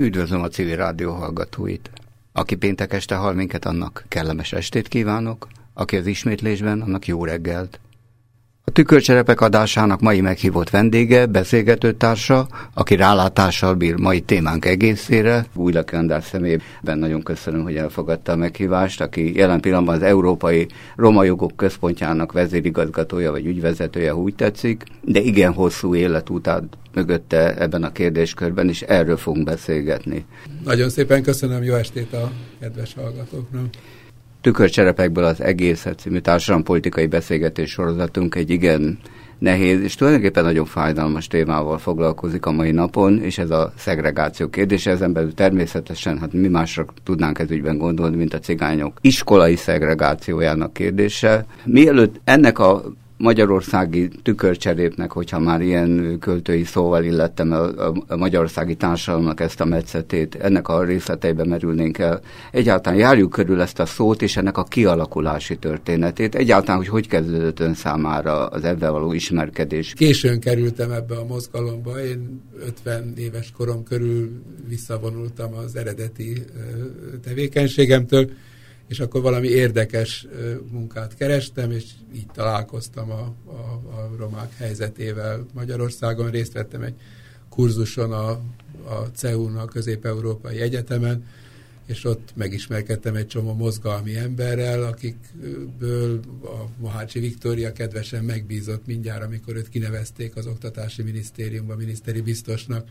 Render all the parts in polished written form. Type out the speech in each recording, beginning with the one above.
Üdvözlöm a Civil Rádió hallgatóit. Aki péntek este hall minket, annak kellemes estét kívánok, aki az ismétlésben, annak jó reggelt. A Tükörcserepek adásának mai meghívott vendége, beszélgetőtársa, aki rálátással bír mai témánk egészére. Újlaki András személyében nagyon köszönöm, hogy elfogadta a meghívást, aki jelen pillanatban az Európai Roma Jogok Központjának vezérigazgatója vagy ügyvezetője, úgy tetszik, de igen hosszú életút mögötte ebben a kérdéskörben, és erről fogunk beszélgetni. Nagyon szépen köszönöm, jó estét a kedves hallgatóknak! Tükörcserepekből az Egészet című társadalompolitikai beszélgetés sorozatunk egy igen nehéz és tulajdonképpen nagyon fájdalmas témával foglalkozik a mai napon, és ez a szegregáció kérdése. Ezen belül természetesen, mi másra tudnánk ez ügyben gondolni, mint a cigányok iskolai szegregációjának kérdése. Mielőtt ennek a magyarországi tükörcserépnek, hogyha már ilyen költői szóval illettem a magyarországi társadalomnak ezt a metszetét, ennek a részleteibe merülnénk el. Egyáltalán járjuk körül ezt a szót és ennek a kialakulási történetét. Egyáltalán, hogy kezdődött ön számára az ebben való ismerkedés? Későn kerültem ebbe a mozgalomba. Én 50 éves korom körül visszavonultam az eredeti tevékenységemtől, és akkor valami érdekes munkát kerestem, és így találkoztam a romák helyzetével Magyarországon. Részt vettem egy kurzuson a CEU-n, a Közép-Európai Egyetemen, és ott megismerkedtem egy csomó mozgalmi emberrel, akikből a Mohácsi Viktória kedvesen megbízott mindjárt, amikor őt kinevezték az Oktatási Minisztériumban miniszteri biztosnak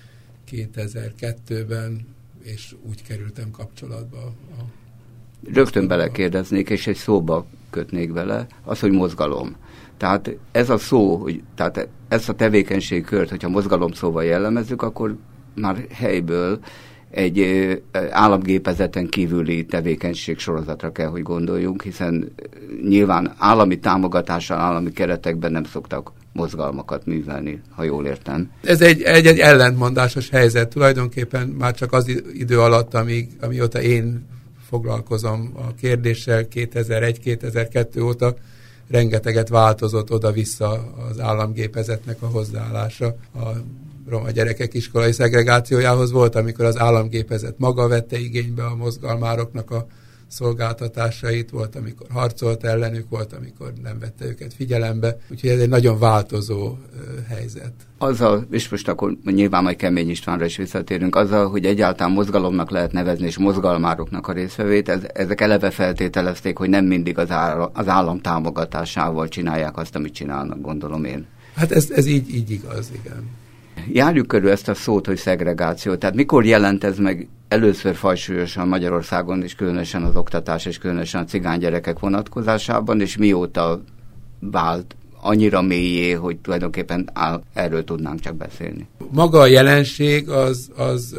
2002-ben, és úgy kerültem kapcsolatba Rögtön belekérdeznék, és egy szóba kötnék vele, az, hogy mozgalom. Tehát ez a szó, tehát ezt a tevékenységkört, hogyha mozgalom szóval jellemezzük, akkor már helyből egy államgépezeten kívüli tevékenység sorozatra kell, hogy gondoljunk, hiszen nyilván állami támogatással, állami keretekben nem szoktak mozgalmakat művelni, ha jól értem. Ez egy ellentmondásos helyzet. Tulajdonképpen már csak az idő alatt, amióta én foglalkozom a kérdéssel 2001-2002 óta, rengeteget változott oda-vissza az államgépezetnek a hozzáállása a roma gyerekek iskolai szegregációjához. Volt, amikor az államgépezet maga vette igénybe a mozgalmároknak a szolgáltatásait, volt, amikor harcolt ellenük, volt, amikor nem vette őket figyelembe. Úgyhogy ez egy nagyon változó helyzet. Azzal, és most akkor nyilván majd Kemény Istvánra is visszatérünk, azzal, hogy egyáltalán mozgalomnak lehet nevezni, és mozgalmároknak a résztvevét, ezek eleve feltételezték, hogy nem mindig az állam támogatásával csinálják azt, amit csinálnak, gondolom én. Hát ez így igaz, igen. Járjuk körül ezt a szót, hogy szegregáció. Tehát mikor jelent ez meg először fajsúlyosan Magyarországon, és különösen az oktatás, és különösen a cigány gyerekek vonatkozásában, és mióta vált annyira mélyé, hogy tulajdonképpen erről tudnánk csak beszélni? Maga a jelenség az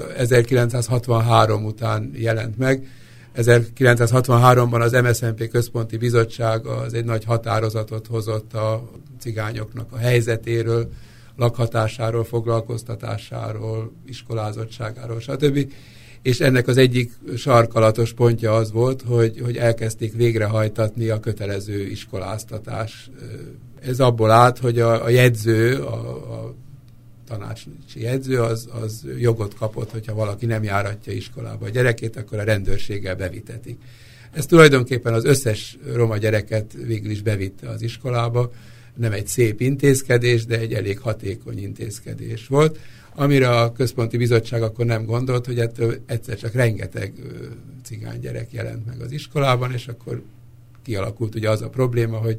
1963 után jelent meg. 1963-ban az MSZNP Központi Bizottság az egy nagy határozatot hozott a cigányoknak a helyzetéről, lakhatásáról, foglalkoztatásáról, iskolázottságáról, stb. És ennek az egyik sarkalatos pontja az volt, hogy elkezdték végrehajtatni a kötelező iskoláztatás. Ez abból állt, hogy a jegyző, a tanácsi jegyző az jogot kapott, hogyha valaki nem járatja iskolába a gyerekét, akkor a rendőrséggel bevitetik. Ez tulajdonképpen az összes roma gyereket végül is bevitte az iskolába. Nem egy szép intézkedés, de egy elég hatékony intézkedés volt, amire a Központi Bizottság akkor nem gondolt, hogy ettől egyszer csak rengeteg cigány gyerek jelent meg az iskolában, és akkor kialakult ugye az a probléma, hogy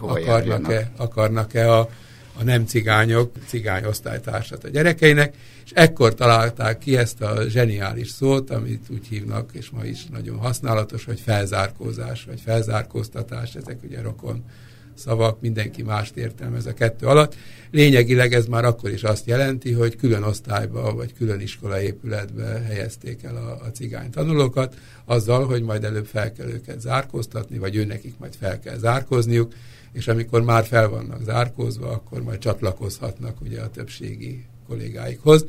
akarnak-e a nem cigányok cigány osztálytársat a gyerekeinek, és ekkor találták ki ezt a zseniális szót, amit úgy hívnak, és ma is nagyon használatos, hogy felzárkózás, vagy felzárkóztatás, ezek ugye rokon szavak, mindenki mást értelmez a kettő alatt. Lényegileg ez már akkor is azt jelenti, hogy külön osztályba vagy külön iskolaépületbe helyezték el a cigány tanulókat, azzal, hogy majd előbb fel kell őket zárkóztatni, vagy őnekik majd fel kell zárkózniuk, és amikor már fel vannak zárkózva, akkor majd csatlakozhatnak ugye a többségi kollégáikhoz.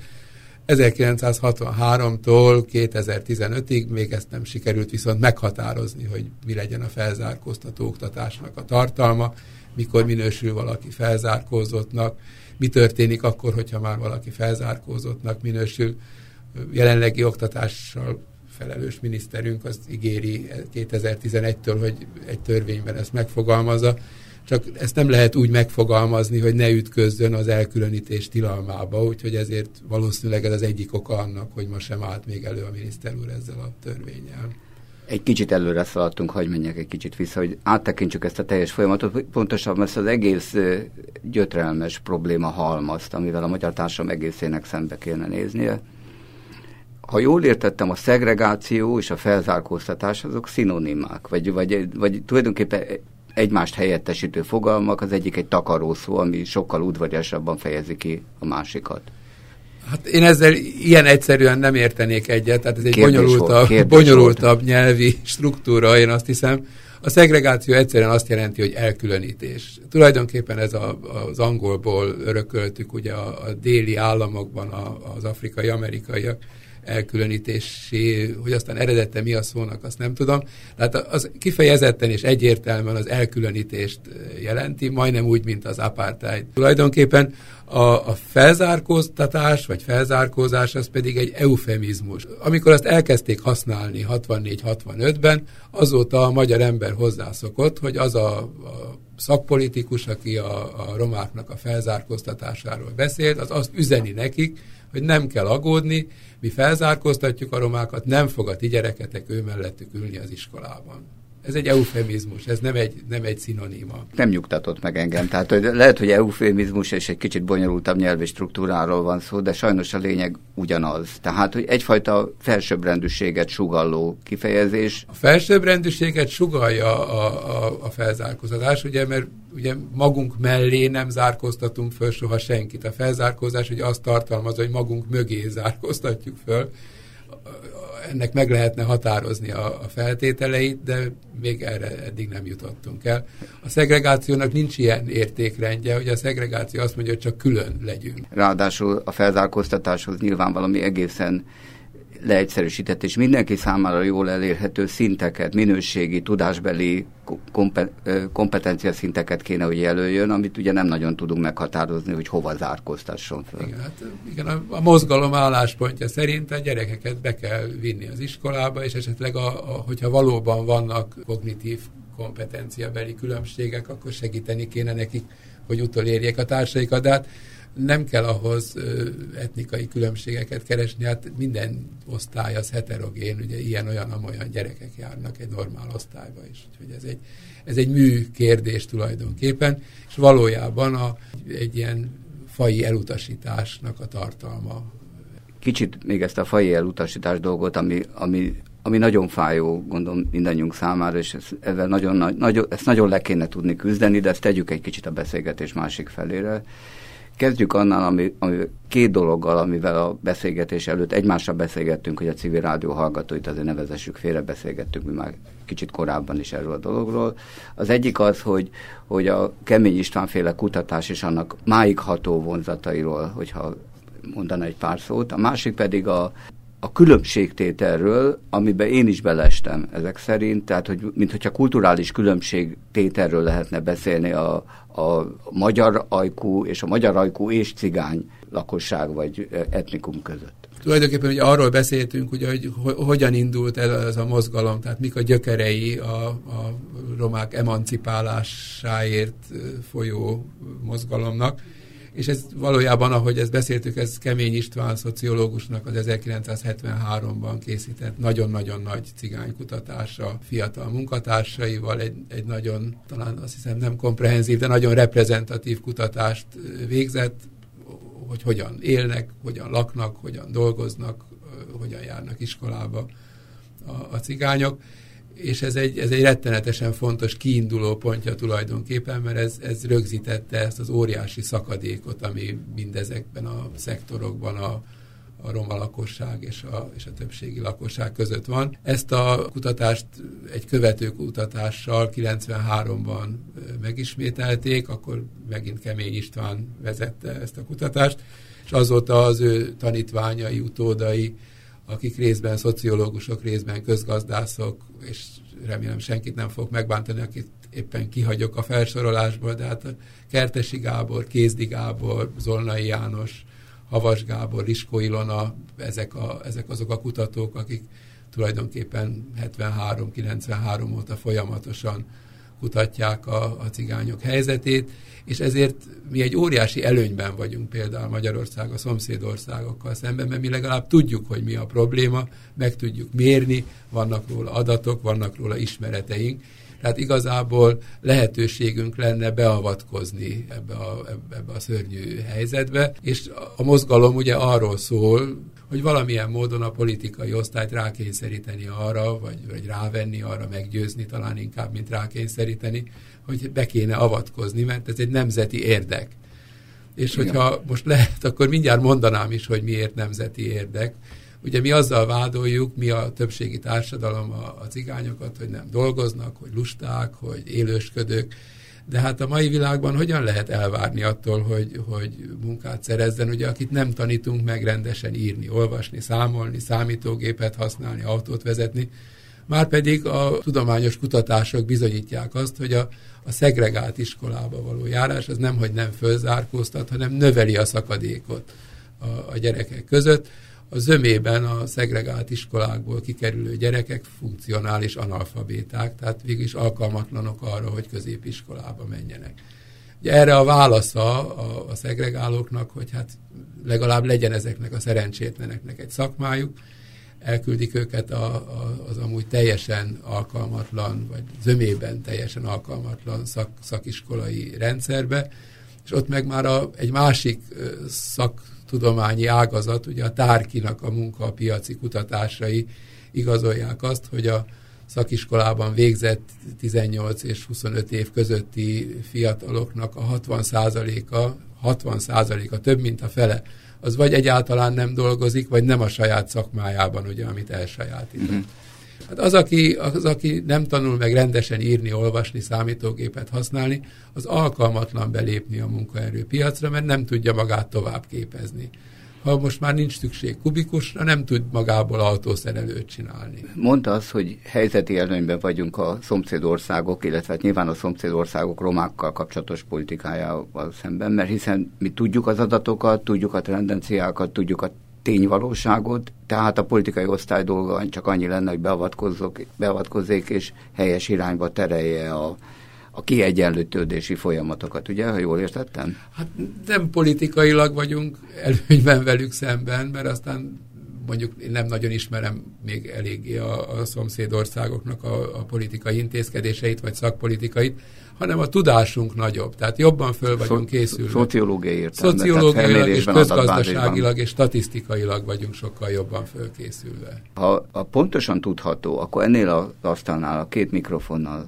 1963-tól 2015-ig még ezt nem sikerült viszont meghatározni, hogy mi legyen a felzárkóztató oktatásnak a tartalma, mikor minősül valaki felzárkózottnak, mi történik akkor, hogyha már valaki felzárkózottnak minősül. jelenlegi oktatással felelős miniszterünk az ígéri 2011-től, hogy egy törvényben ezt megfogalmazza, csak ezt nem lehet úgy megfogalmazni, hogy ne ütközzön az elkülönítés tilalmába, úgyhogy ezért valószínűleg ez az egyik oka annak, hogy ma sem állt még elő a miniszter úr ezzel a törvénnyel. Egy kicsit előre szaladtunk, hagyj menjek egy kicsit vissza, hogy áttekintsük ezt a teljes folyamatot, pontosabban ezt az egész gyötrelmes probléma halmazt, amivel a magyar társadalom egészének szembe kéne néznie. Ha jól értettem, a szegregáció és a felzárkóztatás azok szinonimák, vagy tulajdonképpen egymást helyettesítő fogalmak, az egyik egy takarószó, ami sokkal udvariasabban fejezi ki a másikat. Hát én ezzel ilyen egyszerűen nem értenék egyet, tehát ez egy bonyolultabb nyelvi struktúra, én azt hiszem. A szegregáció egyszerűen azt jelenti, hogy elkülönítés. Tulajdonképpen ez az angolból örököltük, ugye a déli államokban az afrikai-amerikaiak elkülönítésé, hogy aztán eredete mi a szónak, azt nem tudom. Tehát az kifejezetten és egyértelműen az elkülönítést jelenti, majdnem úgy, mint az apartheid. Tulajdonképpen a felzárkóztatás, vagy felzárkózás, az pedig egy eufemizmus. Amikor azt elkezdték használni 64-65-ben, azóta a magyar ember hozzászokott, hogy az a szakpolitikus, aki a romáknak a felzárkóztatásáról beszélt, az azt üzeni nekik, hogy nem kell aggódni, mi felzárkóztatjuk a romákat, nem fog a ti gyereketek ő mellettük ülni az iskolában. Ez egy eufemizmus, ez nem egy szinoníma. Nem nyugtatott meg engem. Tehát hogy lehet, hogy eufemizmus és egy kicsit bonyolultabb nyelvi struktúráról van szó, de sajnos a lényeg ugyanaz. Tehát, hogy egyfajta felsőbbrendűséget sugalló kifejezés. A felsőbbrendűséget sugallja a felzárkóztatás, ugye, mert ugye magunk mellé nem zárkóztatunk föl soha senkit. A felzárkózás ugye azt tartalmazza, hogy magunk mögé zárkóztatjuk föl. Ennek meg lehetne határozni a feltételeit, de még erre eddig nem jutottunk el. A szegregációnak nincs ilyen értékrendje, hogy a szegregáció azt mondja, hogy csak külön legyünk. Ráadásul a felzárkóztatáshoz nyilván valami egészen leegyszerűsített, és mindenki számára jól elérhető szinteket, minőségi, tudásbeli kompetencia szinteket kéne, hogy jelöljön, amit ugye nem nagyon tudunk meghatározni, hogy hova zárkóztasson fel. Igen, a mozgalom álláspontja szerint a gyerekeket be kell vinni az iskolába, és esetleg, hogyha valóban vannak kognitív kompetenciabeli különbségek, akkor segíteni kéne nekik, hogy utolérjék a társaikat, de hát nem kell ahhoz etnikai különbségeket keresni, hát minden osztály az heterogén, ugye ilyen-olyan-amolyan gyerekek járnak egy normál osztályba is. Úgyhogy ez egy mű kérdés tulajdonképpen, és valójában egy ilyen faji elutasításnak a tartalma. Kicsit még ezt a faji elutasítás dolgot, ami nagyon fájó, gondolom mindannyiunk számára, és ezt nagyon le kéne tudni küzdeni, de ezt tegyük egy kicsit a beszélgetés másik felére. Kezdjük annál, ami két dologgal, amivel a beszélgetés előtt egymással beszélgettünk, hogy a civil rádió hallgatóit azért ne vezessük félre, beszélgettünk mi már kicsit korábban is erről a dologról. Az egyik az, hogy a Kemény István-féle kutatás és annak máig ható vonzatairól, hogyha mondana egy pár szót. A másik pedig a különbségtételről, amiben én is belestem ezek szerint, tehát hogy minthogyha kulturális különbségtételről lehetne beszélni a magyar ajkú és a magyar ajkú és cigány lakosság vagy etnikum között. Tulajdonképpen ugye arról beszéltünk, ugye, hogy hogyan indult ez a mozgalom, tehát mik a gyökerei a romák emancipálásáért folyó mozgalomnak. És ez valójában, ahogy ezt beszéltük, ez Kemény István szociológusnak az 1973-ban készített nagyon-nagyon nagy cigánykutatása fiatal munkatársaival, egy nagyon, talán azt hiszem nem komprehenzív, de nagyon reprezentatív kutatást végzett, hogy hogyan élnek, hogyan laknak, hogyan dolgoznak, hogyan járnak iskolába a cigányok. És ez egy rettenetesen fontos kiinduló pontja tulajdonképpen, mert ez rögzítette ezt az óriási szakadékot, ami mindezekben a szektorokban a roma lakosság és a többségi lakosság között van. Ezt a kutatást egy követő kutatással 93-ban megismételték, akkor megint Kemény István vezette ezt a kutatást, és azóta az ő tanítványai, utódai, akik részben szociológusok, részben közgazdászok, és remélem senkit nem fog megbántani, akit éppen kihagyok a felsorolásból, de hát a Kertesi Gábor, Kézdi Gábor, Zolnai János, Havas Gábor, Riskó Ilona, ezek azok a kutatók, akik tulajdonképpen 73-93 óta folyamatosan kutatják a cigányok helyzetét, és ezért mi egy óriási előnyben vagyunk például Magyarország a szomszédországokkal szemben, mert mi legalább tudjuk, hogy mi a probléma, meg tudjuk mérni, vannak róla adatok, vannak róla ismereteink, tehát igazából lehetőségünk lenne beavatkozni ebbe a szörnyű helyzetbe, és a mozgalom ugye arról szól, hogy valamilyen módon a politikai osztályt rákényszeríteni arra, vagy rávenni arra, meggyőzni talán inkább, mint rákényszeríteni, hogy be kéne avatkozni, mert ez egy nemzeti érdek. És hogyha most lehet, akkor mindjárt mondanám is, hogy miért nemzeti érdek. Ugye mi azzal vádoljuk, mi a többségi társadalom a cigányokat, hogy nem dolgoznak, hogy lusták, hogy élősködők, de hát a mai világban hogyan lehet elvárni attól, hogy munkát szerezzen, ugye akit nem tanítunk meg rendesen írni, olvasni, számolni, számítógépet használni, autót vezetni, márpedig a tudományos kutatások bizonyítják azt, hogy a szegregált iskolába való járás az nemhogy nem fölzárkóztat, hanem növeli a szakadékot a gyerekek között. A zömében a szegregált iskolákból kikerülő gyerekek funkcionális analfabéták, tehát végül is alkalmatlanok arra, hogy középiskolába menjenek. Ugye erre a válasza a szegregálóknak, hogy hát legalább legyen ezeknek a szerencsétleneknek egy szakmájuk, elküldik őket az amúgy teljesen alkalmatlan, vagy zömében teljesen alkalmatlan szakiskolai rendszerbe, és ott meg már egy másik szaktudományi ágazat, ugye a Tárkinak a munkapiaci kutatásai igazolják azt, hogy a szakiskolában végzett 18 és 25 év közötti fiataloknak a 60%-a, több mint a fele, az vagy egyáltalán nem dolgozik, vagy nem a saját szakmájában, ugye, amit elsajátított. Mm-hmm. Hát az, aki nem tanul meg rendesen írni, olvasni, számítógépet használni, az alkalmatlan belépni a munkaerőpiacra, mert nem tudja magát tovább képezni. Ha most már nincs szükség kubikusra, nem tud magából autószerelőt csinálni. Mondta azt, hogy helyzeti előnyben vagyunk a szomszédországok, illetve nyilván a szomszédországok romákkal kapcsolatos politikájával szemben, mert hiszen mi tudjuk az adatokat, tudjuk a tendenciákat, tudjuk a tényvalóságot, tehát a politikai osztály dolga csak annyi lenne, hogy beavatkozzék és helyes irányba terelje a kiegyenlítődési folyamatokat, ugye, ha jól értettem? Hát nem politikailag vagyunk előnyben velük szemben, mert aztán mondjuk én nem nagyon ismerem még eléggé a szomszédországoknak a politikai intézkedéseit, vagy szakpolitikait, hanem a tudásunk nagyobb. Tehát jobban föl vagyunk készülve. Szociológiai értelemben. Szociológiailag és közgazdaságilag és statisztikailag vagyunk sokkal jobban fölkészülve. Ha pontosan tudható, akkor ennél az asztalnál a két mikrofonnal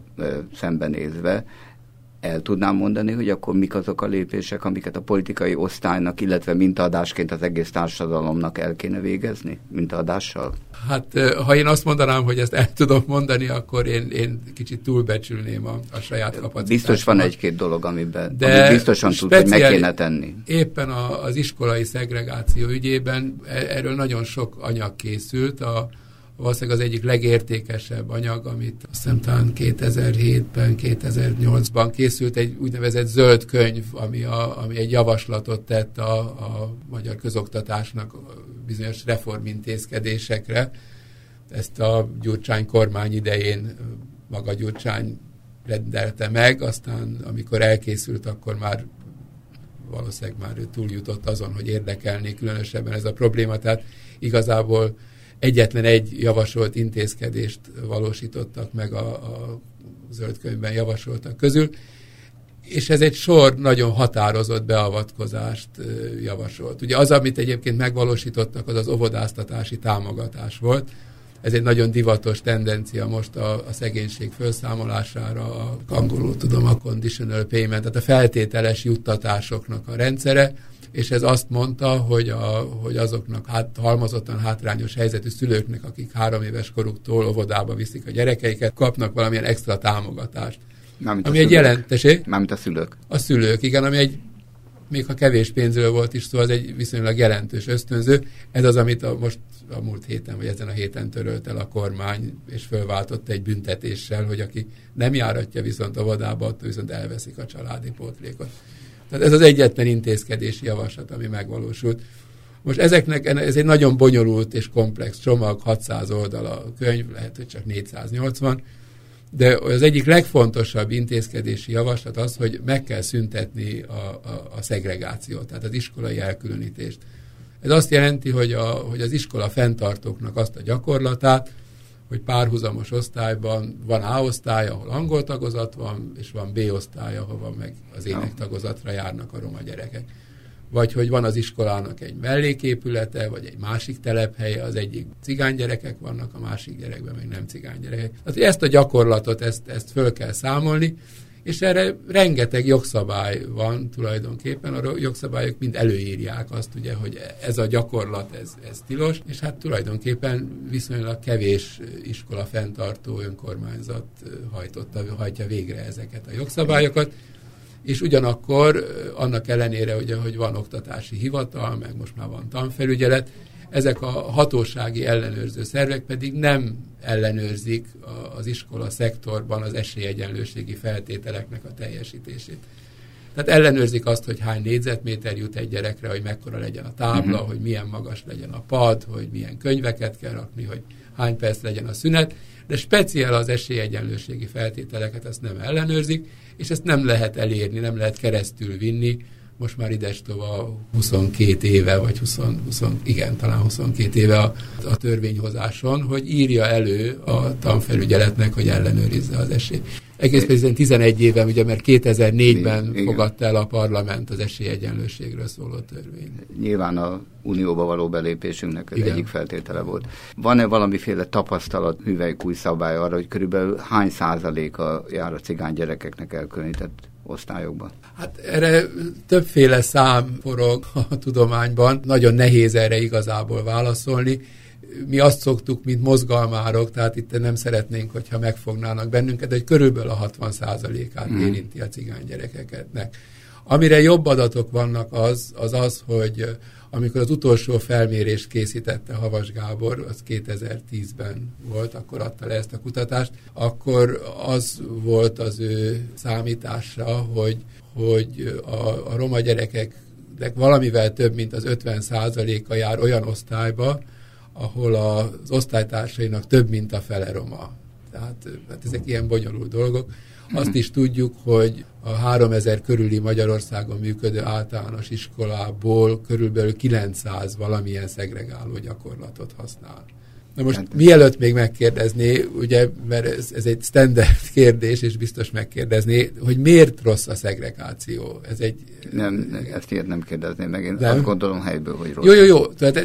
szembenézve el tudnám mondani, hogy akkor mik azok a lépések, amiket a politikai osztálynak, illetve mintaadásként az egész társadalomnak el kéne végezni, mintaadással? Hát, ha én azt mondanám, hogy ezt el tudom mondani, akkor én kicsit túlbecsülném a saját kapacitásomat. Biztos van egy-két dolog, amit biztosan tud, hogy meg kéne tenni. Éppen az iskolai szegregáció ügyében erről nagyon sok anyag készült. Valószínűleg az egyik legértékesebb anyag, amit azt hiszem talán 2007-ben, 2008-ban készült, egy úgynevezett zöld könyv, ami egy javaslatot tett a magyar közoktatásnak bizonyos reformintézkedésekre. Ezt a Gyurcsány kormány idején maga Gyurcsány rendelte meg, aztán amikor elkészült, akkor már valószínűleg már ő túljutott azon, hogy érdekelné különösebben ez a probléma, tehát igazából egyetlen egy javasolt intézkedést valósítottak meg a zöld könyvben javasoltak közül, és ez egy sor nagyon határozott beavatkozást javasolt. Ugye az, amit egyébként megvalósítottak, az óvodáztatási támogatás volt. Ez egy nagyon divatos tendencia most a szegénység felszámolására, angolul tudom, a conditional payment, tehát a feltételes juttatásoknak a rendszere, és ez azt mondta, hogy azoknak halmozottan hátrányos helyzetű szülőknek, akik 3 éves koruktól óvodába viszik a gyerekeiket, kapnak valamilyen extra támogatást. Ami egy jelentőség. Mármint a szülők. A szülők, igen, ami egy, még ha kevés pénzről volt is szó, az egy viszonylag jelentős ösztönző. Ez az, amit most a múlt héten, vagy ezen a héten törölt el a kormány, és fölváltotta egy büntetéssel, hogy aki nem járatja viszont óvodába, attól viszont elveszik a családi pótlékot. Tehát ez az egyetlen intézkedési javaslat, ami megvalósult. Most ez egy nagyon bonyolult és komplex csomag, 600 oldal a könyv, lehet, hogy csak 480, de az egyik legfontosabb intézkedési javaslat az, hogy meg kell szüntetni a szegregációt, tehát az iskolai elkülönítést. Ez azt jelenti, hogy az iskola fenntartóknak azt a gyakorlatát, hogy párhuzamos osztályban van A osztály, ahol angol tagozat van, és van B osztály, ahol meg az énektagozatra járnak a roma gyerekek. Vagy hogy van az iskolának egy melléképülete, vagy egy másik telephelye, az egyik cigány gyerekek vannak, a másik gyerekben meg nem cigány gyerekek. Tehát ezt a gyakorlatot, ezt föl kell számolni, és erre rengeteg jogszabály van tulajdonképpen, a jogszabályok mind előírják azt, ugye, hogy ez a gyakorlat, ez tilos, és hát tulajdonképpen viszonylag kevés iskola fenntartó önkormányzat hajtja végre ezeket a jogszabályokat, és ugyanakkor annak ellenére, ugye, hogy van oktatási hivatal, meg most már van tanfelügyelet, ezek a hatósági ellenőrző szervek pedig nem ellenőrzik az iskola szektorban az esélyegyenlőségi feltételeknek a teljesítését. Tehát ellenőrzik azt, hogy hány négyzetméter jut egy gyerekre, hogy mekkora legyen a tábla, hogy milyen magas legyen a pad, hogy milyen könyveket kell rakni, hogy hány perc legyen a szünet, de speciál az esélyegyenlőségi feltételeket ezt nem ellenőrzik, és ezt nem lehet elérni, nem lehet keresztül vinni. Most már idestova 22 éve, vagy talán 22 éve a törvényhozáson, hogy írja elő a tanfelügyeletnek, hogy ellenőrizze az esélyt. Egész pedig 11 éve, ugye, mert 2004-ben fogadta el a parlament az esélyegyenlőségről szóló törvényt. Nyilván a unióba való belépésünknek ez egyik feltétele volt. Van-e valamiféle tapasztalat, műveljük új szabály arra, hogy körülbelül hány százaléka jár a cigány gyerekeknek elkülönített osztályokban? Hát erre többféle szám forog a tudományban, nagyon nehéz erre igazából válaszolni. Mi azt szoktuk, mint mozgalmárok, tehát itt nem szeretnénk, hogyha megfognának bennünket, de hogy körülbelül a 60%-át érinti a cigány gyerekeknek. Amire jobb adatok vannak az, hogy amikor az utolsó felmérést készítette Havas Gábor, az 2010-ben volt, akkor adta le ezt a kutatást, akkor az volt az ő számítása, hogy a roma gyerekeknek valamivel több, mint az 50%-a jár olyan osztályba, ahol az osztálytársainak több, mint a fele roma. Tehát ezek ilyen bonyolult dolgok. Azt is tudjuk, hogy a 3000 körüli Magyarországon működő általános iskolából körülbelül 900 valamilyen szegregáló gyakorlatot használ. Na most mielőtt még megkérdezné, ugye, mert ez egy standard kérdés, és biztos megkérdezné, hogy miért rossz a szegregáció? Ezt ilyet nem kérdezném meg, én azt gondolom helyből, hogy rossz. Jó, tehát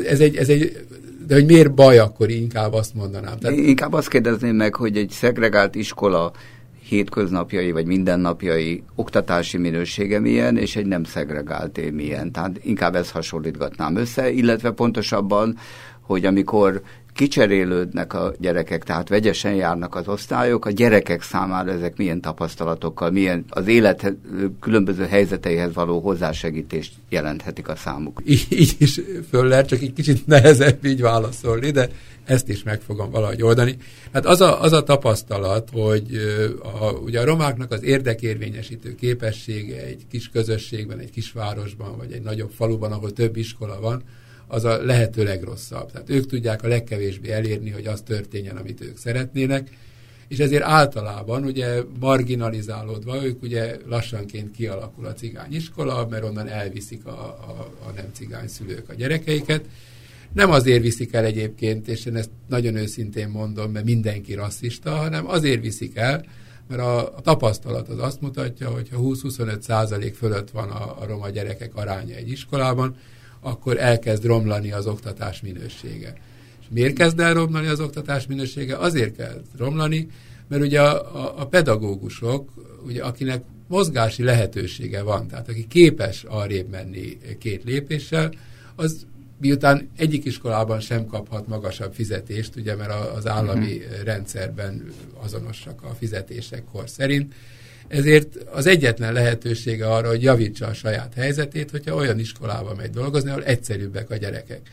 de hogy miért baj, akkor inkább azt mondanám. Tehát inkább azt kérdezném meg, hogy egy szegregált iskola hétköznapjai vagy mindennapjai oktatási minősége milyen, és egy nem szegregálté milyen. Tehát inkább ezt hasonlítgatnám össze, illetve pontosabban, hogy amikor kicserélődnek a gyerekek, tehát vegyesen járnak az osztályok, a gyerekek számára ezek milyen tapasztalatokkal, milyen az élet különböző helyzeteihez való hozzásegítést jelenthetik a számuk. Így is föl lehet, csak egy kicsit nehezebb így válaszolni, de ezt is meg fogom valahogy oldani. Hát az a tapasztalat, hogy ugye a romáknak az érdekérvényesítő képessége egy kis közösségben, egy kisvárosban, vagy egy nagyobb faluban, ahol több iskola van, az a lehető legrosszabb. Tehát ők tudják a legkevésbé elérni, hogy az történjen, amit ők szeretnének, és ezért általában ugye marginalizálódva, ők ugye lassanként kialakul a cigány iskola, mert onnan elviszik a nem cigány szülők a gyerekeiket. Nem azért viszik el egyébként, és én ezt nagyon őszintén mondom, mert mindenki rasszista, hanem azért viszik el, mert a tapasztalat az azt mutatja, hogy ha 20-25% fölött van a roma gyerekek aránya egy iskolában, akkor elkezd romlani az oktatás minősége. És miért kezd el romlani az oktatás minősége? Azért kell romlani, mert ugye a pedagógusok, ugye, akinek mozgási lehetősége van, tehát aki képes arrébb menni 2 lépéssel, az miután egyik iskolában sem kaphat magasabb fizetést, ugye, mert az állami rendszerben azonosak a fizetések kor szerint, ezért az egyetlen lehetősége arra, hogy javítsa a saját helyzetét, hogyha olyan iskolába megy dolgozni, ahol egyszerűbbek a gyerekek.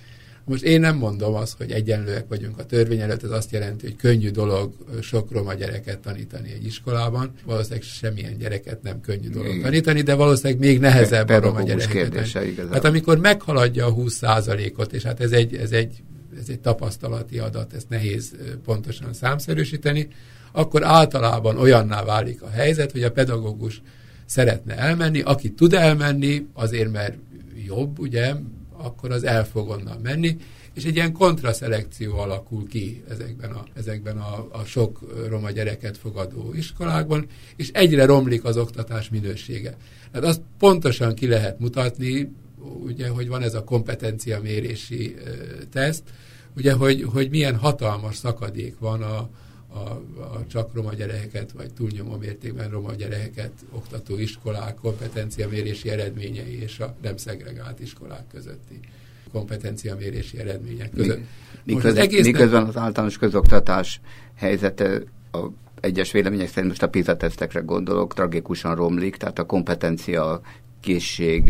Most én nem mondom azt, hogy egyenlőek vagyunk a törvény előtt, ez azt jelenti, hogy könnyű dolog sok roma gyereket tanítani egy iskolában. Valószínűleg semmilyen gyereket nem könnyű dolog tanítani, de valószínűleg még nehezebb a roma gyereket. Hát amikor meghaladja a 20%-ot, és hát ez egy tapasztalati adat, ezt nehéz pontosan számszerűsíteni, akkor általában olyanná válik a helyzet, hogy a pedagógus szeretne elmenni, aki tud elmenni, azért mert jobb, ugye, akkor az el fog onnan menni, és egy ilyen kontraszelekció alakul ki ezekben a sok roma gyereket fogadó iskolákban, és egyre romlik az oktatás minősége. Hát azt pontosan ki lehet mutatni, ugye, hogy van ez a kompetenciamérési teszt, ugye, hogy milyen hatalmas szakadék van a csak roma gyerekeket, vagy túlnyomó mértékben roma gyerekeket oktató iskolák kompetenciamérési eredményei és a nem szegregált iskolák közötti kompetenciamérési eredmények között. Miközben az általános közoktatás helyzete a egyes vélemények szerint, most a PISA tesztekre gondolok, tragikusan romlik, tehát a kompetencia készség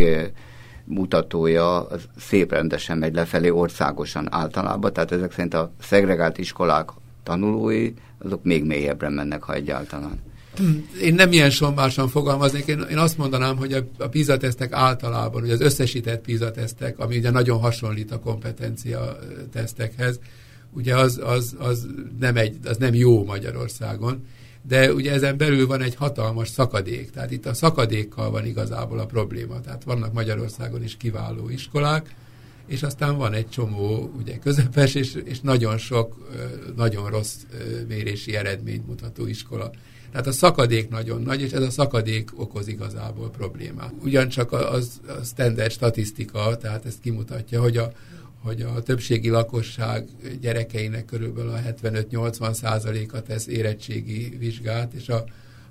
mutatója az szép rendesen megy lefelé országosan általában, tehát ezek szerint a szegregált iskolák tanulói, azok még mélyebbre mennek, ha egyáltalán. Én nem ilyen sombásan fogalmaznék, én azt mondanám, hogy a PISA tesztek általában, hogy az összesített PISA tesztek, ami ugye nagyon hasonlít a kompetencia tesztekhez, ugye az nem jó Magyarországon, de ugye ezen belül van egy hatalmas szakadék, tehát itt a szakadékkal van igazából a probléma, tehát vannak Magyarországon is kiváló iskolák, és aztán van egy csomó ugye közepes, és nagyon sok, nagyon rossz mérési eredményt mutató iskola. Tehát a szakadék nagyon nagy, és ez a szakadék okoz igazából problémát. Ugyancsak a standard statisztika, tehát ezt kimutatja, hogy a többségi lakosság gyerekeinek körülbelül a 75-80%-a tesz érettségi vizsgát, és a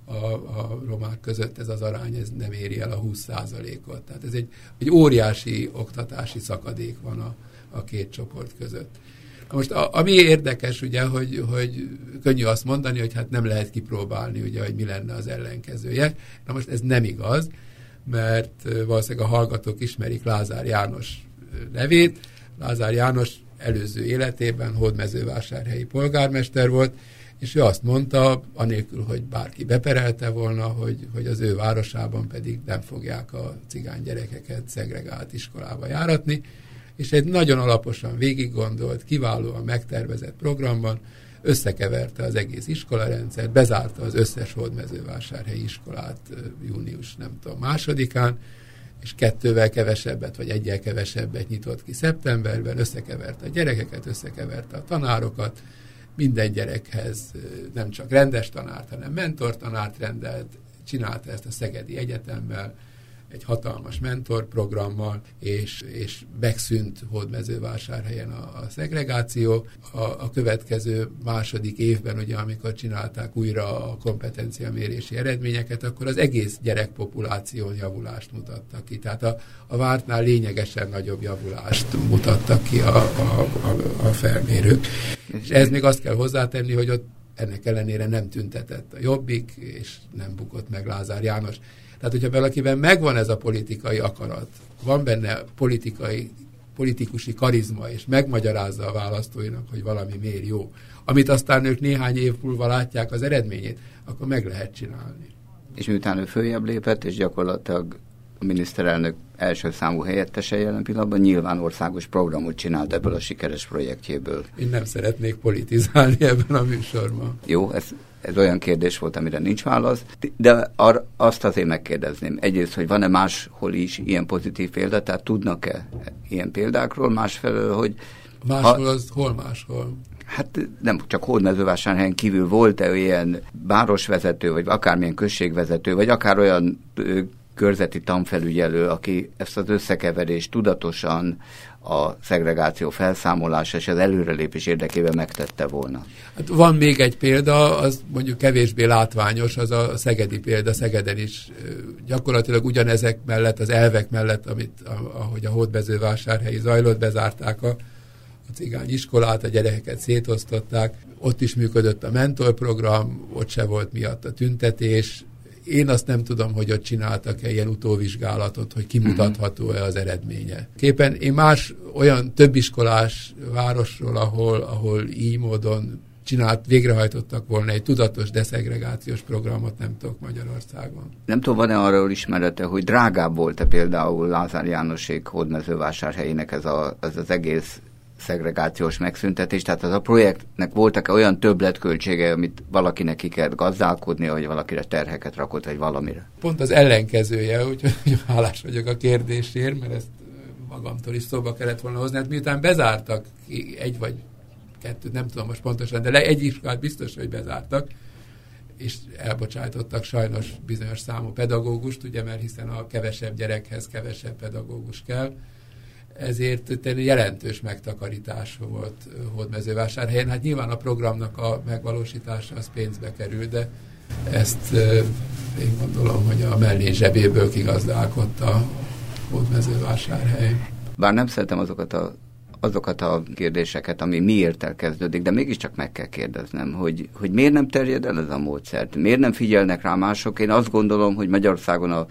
romák között ez az arány ez nem éri el a 20%-ot. Tehát ez egy óriási oktatási szakadék van a két csoport között. Most ami érdekes, ugye, hogy könnyű azt mondani, hogy hát nem lehet kipróbálni, ugye, hogy mi lenne az ellenkezője. Na most ez nem igaz, mert valószínűleg a hallgatók ismerik Lázár János nevét. Lázár János előző életében hódmezővásárhelyi polgármester volt, és ő azt mondta, anélkül, hogy bárki beperelte volna, hogy az ő városában pedig nem fogják a cigány gyerekeket szegregált iskolába járatni, és egy nagyon alaposan végiggondolt, kiválóan megtervezett programban összekeverte az egész iskolarendszert, bezárta az összes hódmezővásárhelyi iskolát június, nem tudom, 2-án, és 2-vel kevesebbet, vagy 1-el kevesebbet nyitott ki szeptemberben, összekeverte a gyerekeket, összekeverte a tanárokat, minden gyerekhez nem csak rendes tanárt, hanem mentortanárt rendelt, csinálta ezt a Szegedi Egyetemmel, egy hatalmas mentorprogrammal, és megszűnt Hódmezővásárhelyen a szegregáció. A következő második évben, ugye, amikor csinálták újra a kompetenciamérési eredményeket, akkor az egész gyerekpopuláción javulást mutattak ki. Tehát a vártnál lényegesen nagyobb javulást mutattak ki a felmérők. És ez még azt kell hozzátenni, hogy ott ennek ellenére nem tüntetett a Jobbik, és nem bukott meg Lázár János. Tehát, hogyha valakiben megvan ez a politikai akarat, van benne politikusi karizma, és megmagyarázza a választóinak, hogy valami miért jó, amit aztán ők néhány év múlva látják az eredményét, akkor meg lehet csinálni. És miután ő följebb lépett, és gyakorlatilag a miniszterelnök első számú helyettese jelen pillanatban nyilván országos programot csinált ebből a sikeres projektjéből. Én nem szeretnék politizálni ebben a műsorban. Jó, ez olyan kérdés volt, amire nincs válasz, de azt azért megkérdezném. Egyrészt, hogy van-e máshol is ilyen pozitív példa, tehát tudnak-e ilyen példákról, másfelől, hogy... Máshol az hol máshol? Hát nem csak Hódmezővásárhelyen kívül volt-e ilyen városvezető, vagy akármilyen községvezető, vagy akár olyan körzeti tanfelügyelő, aki ezt az összekeverést tudatosan a szegregáció felszámolása és az előrelépés érdekében megtette volna. Hát van még egy példa, az mondjuk kevésbé látványos, az a szegedi példa. Szegeden is gyakorlatilag ugyanezek mellett, az elvek mellett, ahogy a Hódmezővásárhelyi zajlott, bezárták a cigány iskolát, a gyerekeket szétosztották, ott is működött a mentorprogram, ott se volt miatt a tüntetés, én azt nem tudom, hogy ott csináltak-e ilyen utóvizsgálatot, hogy kimutatható-e az eredménye. Képen én más olyan többiskolás városról, ahol így módon végrehajtottak volna egy tudatos deszegregációs programot, nem tudok Magyarországon. Nem tudom, van-e arról ismerete, hogy drágább volt-e például Lázár Jánosék Hódmezővásárhelyének ez az egész szegregációs megszüntetés, tehát az a projektnek voltak olyan többletköltsége, amit valakinek ki kellett gazdálkodnia, vagy valakire terheket rakott, vagy valamire? Pont az ellenkezője, úgyhogy hálás vagyok a kérdésért, mert ezt magamtól is szóba kellett volna hozni. Hát miután bezártak egy vagy kettőt, nem tudom most pontosan, de egy iskolát biztos, hogy bezártak, és elbocsájtottak sajnos bizonyos számú pedagógust, ugye, mert hiszen a kevesebb gyerekhez kevesebb pedagógus kell. Ezért jelentős megtakarítás volt Hódmezővásárhelyen. Hát nyilván a programnak a megvalósítása az pénzbe kerül, de ezt én gondolom, hogy a mellé zsebéből kigazdálkodta a Hódmezővásárhely. Bár nem szeretem azokat a kérdéseket, ami miért elkezdődik, de mégiscsak meg kell kérdeznem, hogy miért nem terjed el ez a módszert? Miért nem figyelnek rá mások? Én azt gondolom, hogy Magyarországon a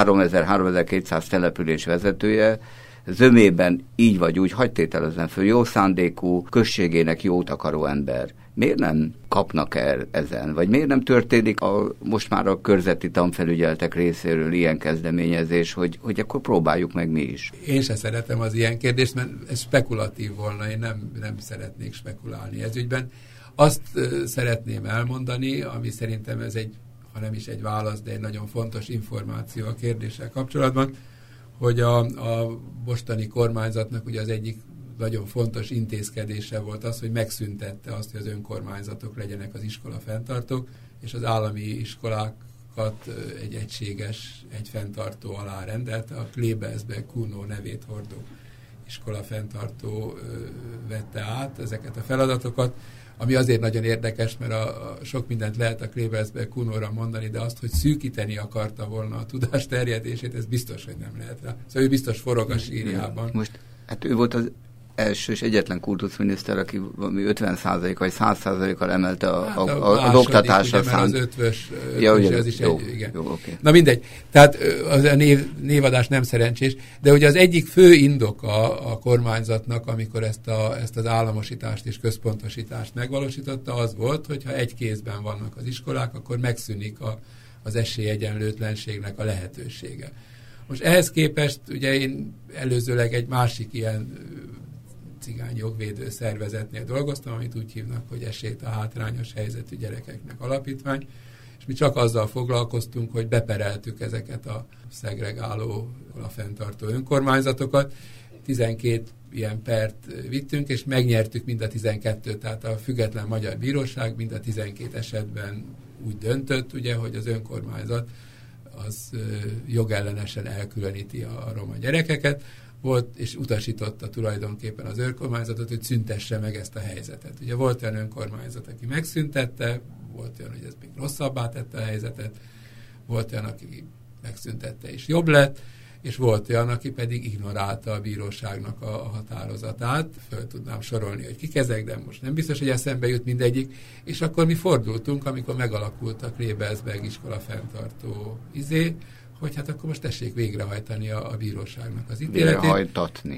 3000-3200 település vezetője zömében így vagy úgy, hadd tételezem föl, jó szándékú, községének jót akaró ember. Miért nem kapnak el ezen? Vagy miért nem történik most már a körzeti tanfelügyeletek részéről ilyen kezdeményezés, hogy akkor próbáljuk meg mi is? Én se szeretem az ilyen kérdést, mert ez spekulatív volna, én nem szeretnék spekulálni ez ügyben. Azt szeretném elmondani, ami szerintem ez ha nem is egy válasz, de egy nagyon fontos információ a kérdéssel kapcsolatban, hogy a mostani kormányzatnak ugye az egyik nagyon fontos intézkedése volt az, hogy megszüntette azt, hogy az önkormányzatok legyenek az iskola fenntartók, és az állami iskolákat egy egységes, egy fenntartó alá rendelte. A Klebezbe Kuno nevét hordó iskola fenntartó vette át ezeket a feladatokat, ami azért nagyon érdekes, mert sok mindent lehet a Klebezbe Kunóra mondani, de azt, hogy szűkíteni akarta volna a tudás terjedését, ez biztos, hogy nem lehet rá. Szóval ő biztos forog a sírjában. Most, hát ő volt az első és egyetlen kultuszminiszter, aki 50% vagy 100%-kal emelte az oktatásra szánt. Az ötvös, ez is jó, igen. Jó, okay. Na mindegy, tehát az a névadás nem szerencsés, de ugye az egyik fő indoka a kormányzatnak, amikor ezt az államosítást és központosítást megvalósította, az volt, hogyha egy kézben vannak az iskolák, akkor megszűnik az esélyegyenlőtlenségnek a lehetősége. Most ehhez képest ugye én előzőleg egy másik ilyen cigány jogvédő szervezetnél dolgoztam, amit úgy hívnak, hogy Esélyt a hátrányos helyzetű gyerekeknek alapítvány, és mi csak azzal foglalkoztunk, hogy bepereltük ezeket a szegregáló, a fenntartó önkormányzatokat. 12 ilyen pert vittünk, és megnyertük mind a 12-t, tehát a független magyar bíróság mind a 12 esetben úgy döntött, ugye, hogy az önkormányzat az jogellenesen elkülöníti a roma gyerekeket, volt, és utasította tulajdonképpen az önkormányzatot, hogy szüntesse meg ezt a helyzetet. Ugye volt olyan önkormányzat, aki megszüntette, volt olyan, hogy ez még rosszabbá tette a helyzetet, volt olyan, aki megszüntette és jobb lett, és volt olyan, aki pedig ignorálta a bíróságnak a határozatát. Föl tudnám sorolni, hogy kik ezek, de most nem biztos, hogy eszembe jut mindegyik. És akkor mi fordultunk, amikor megalakult a Klebezberg iskola fenntartó hogy hát akkor most tessék végrehajtani a bíróságnak az ítéletét. Végrehajtatni.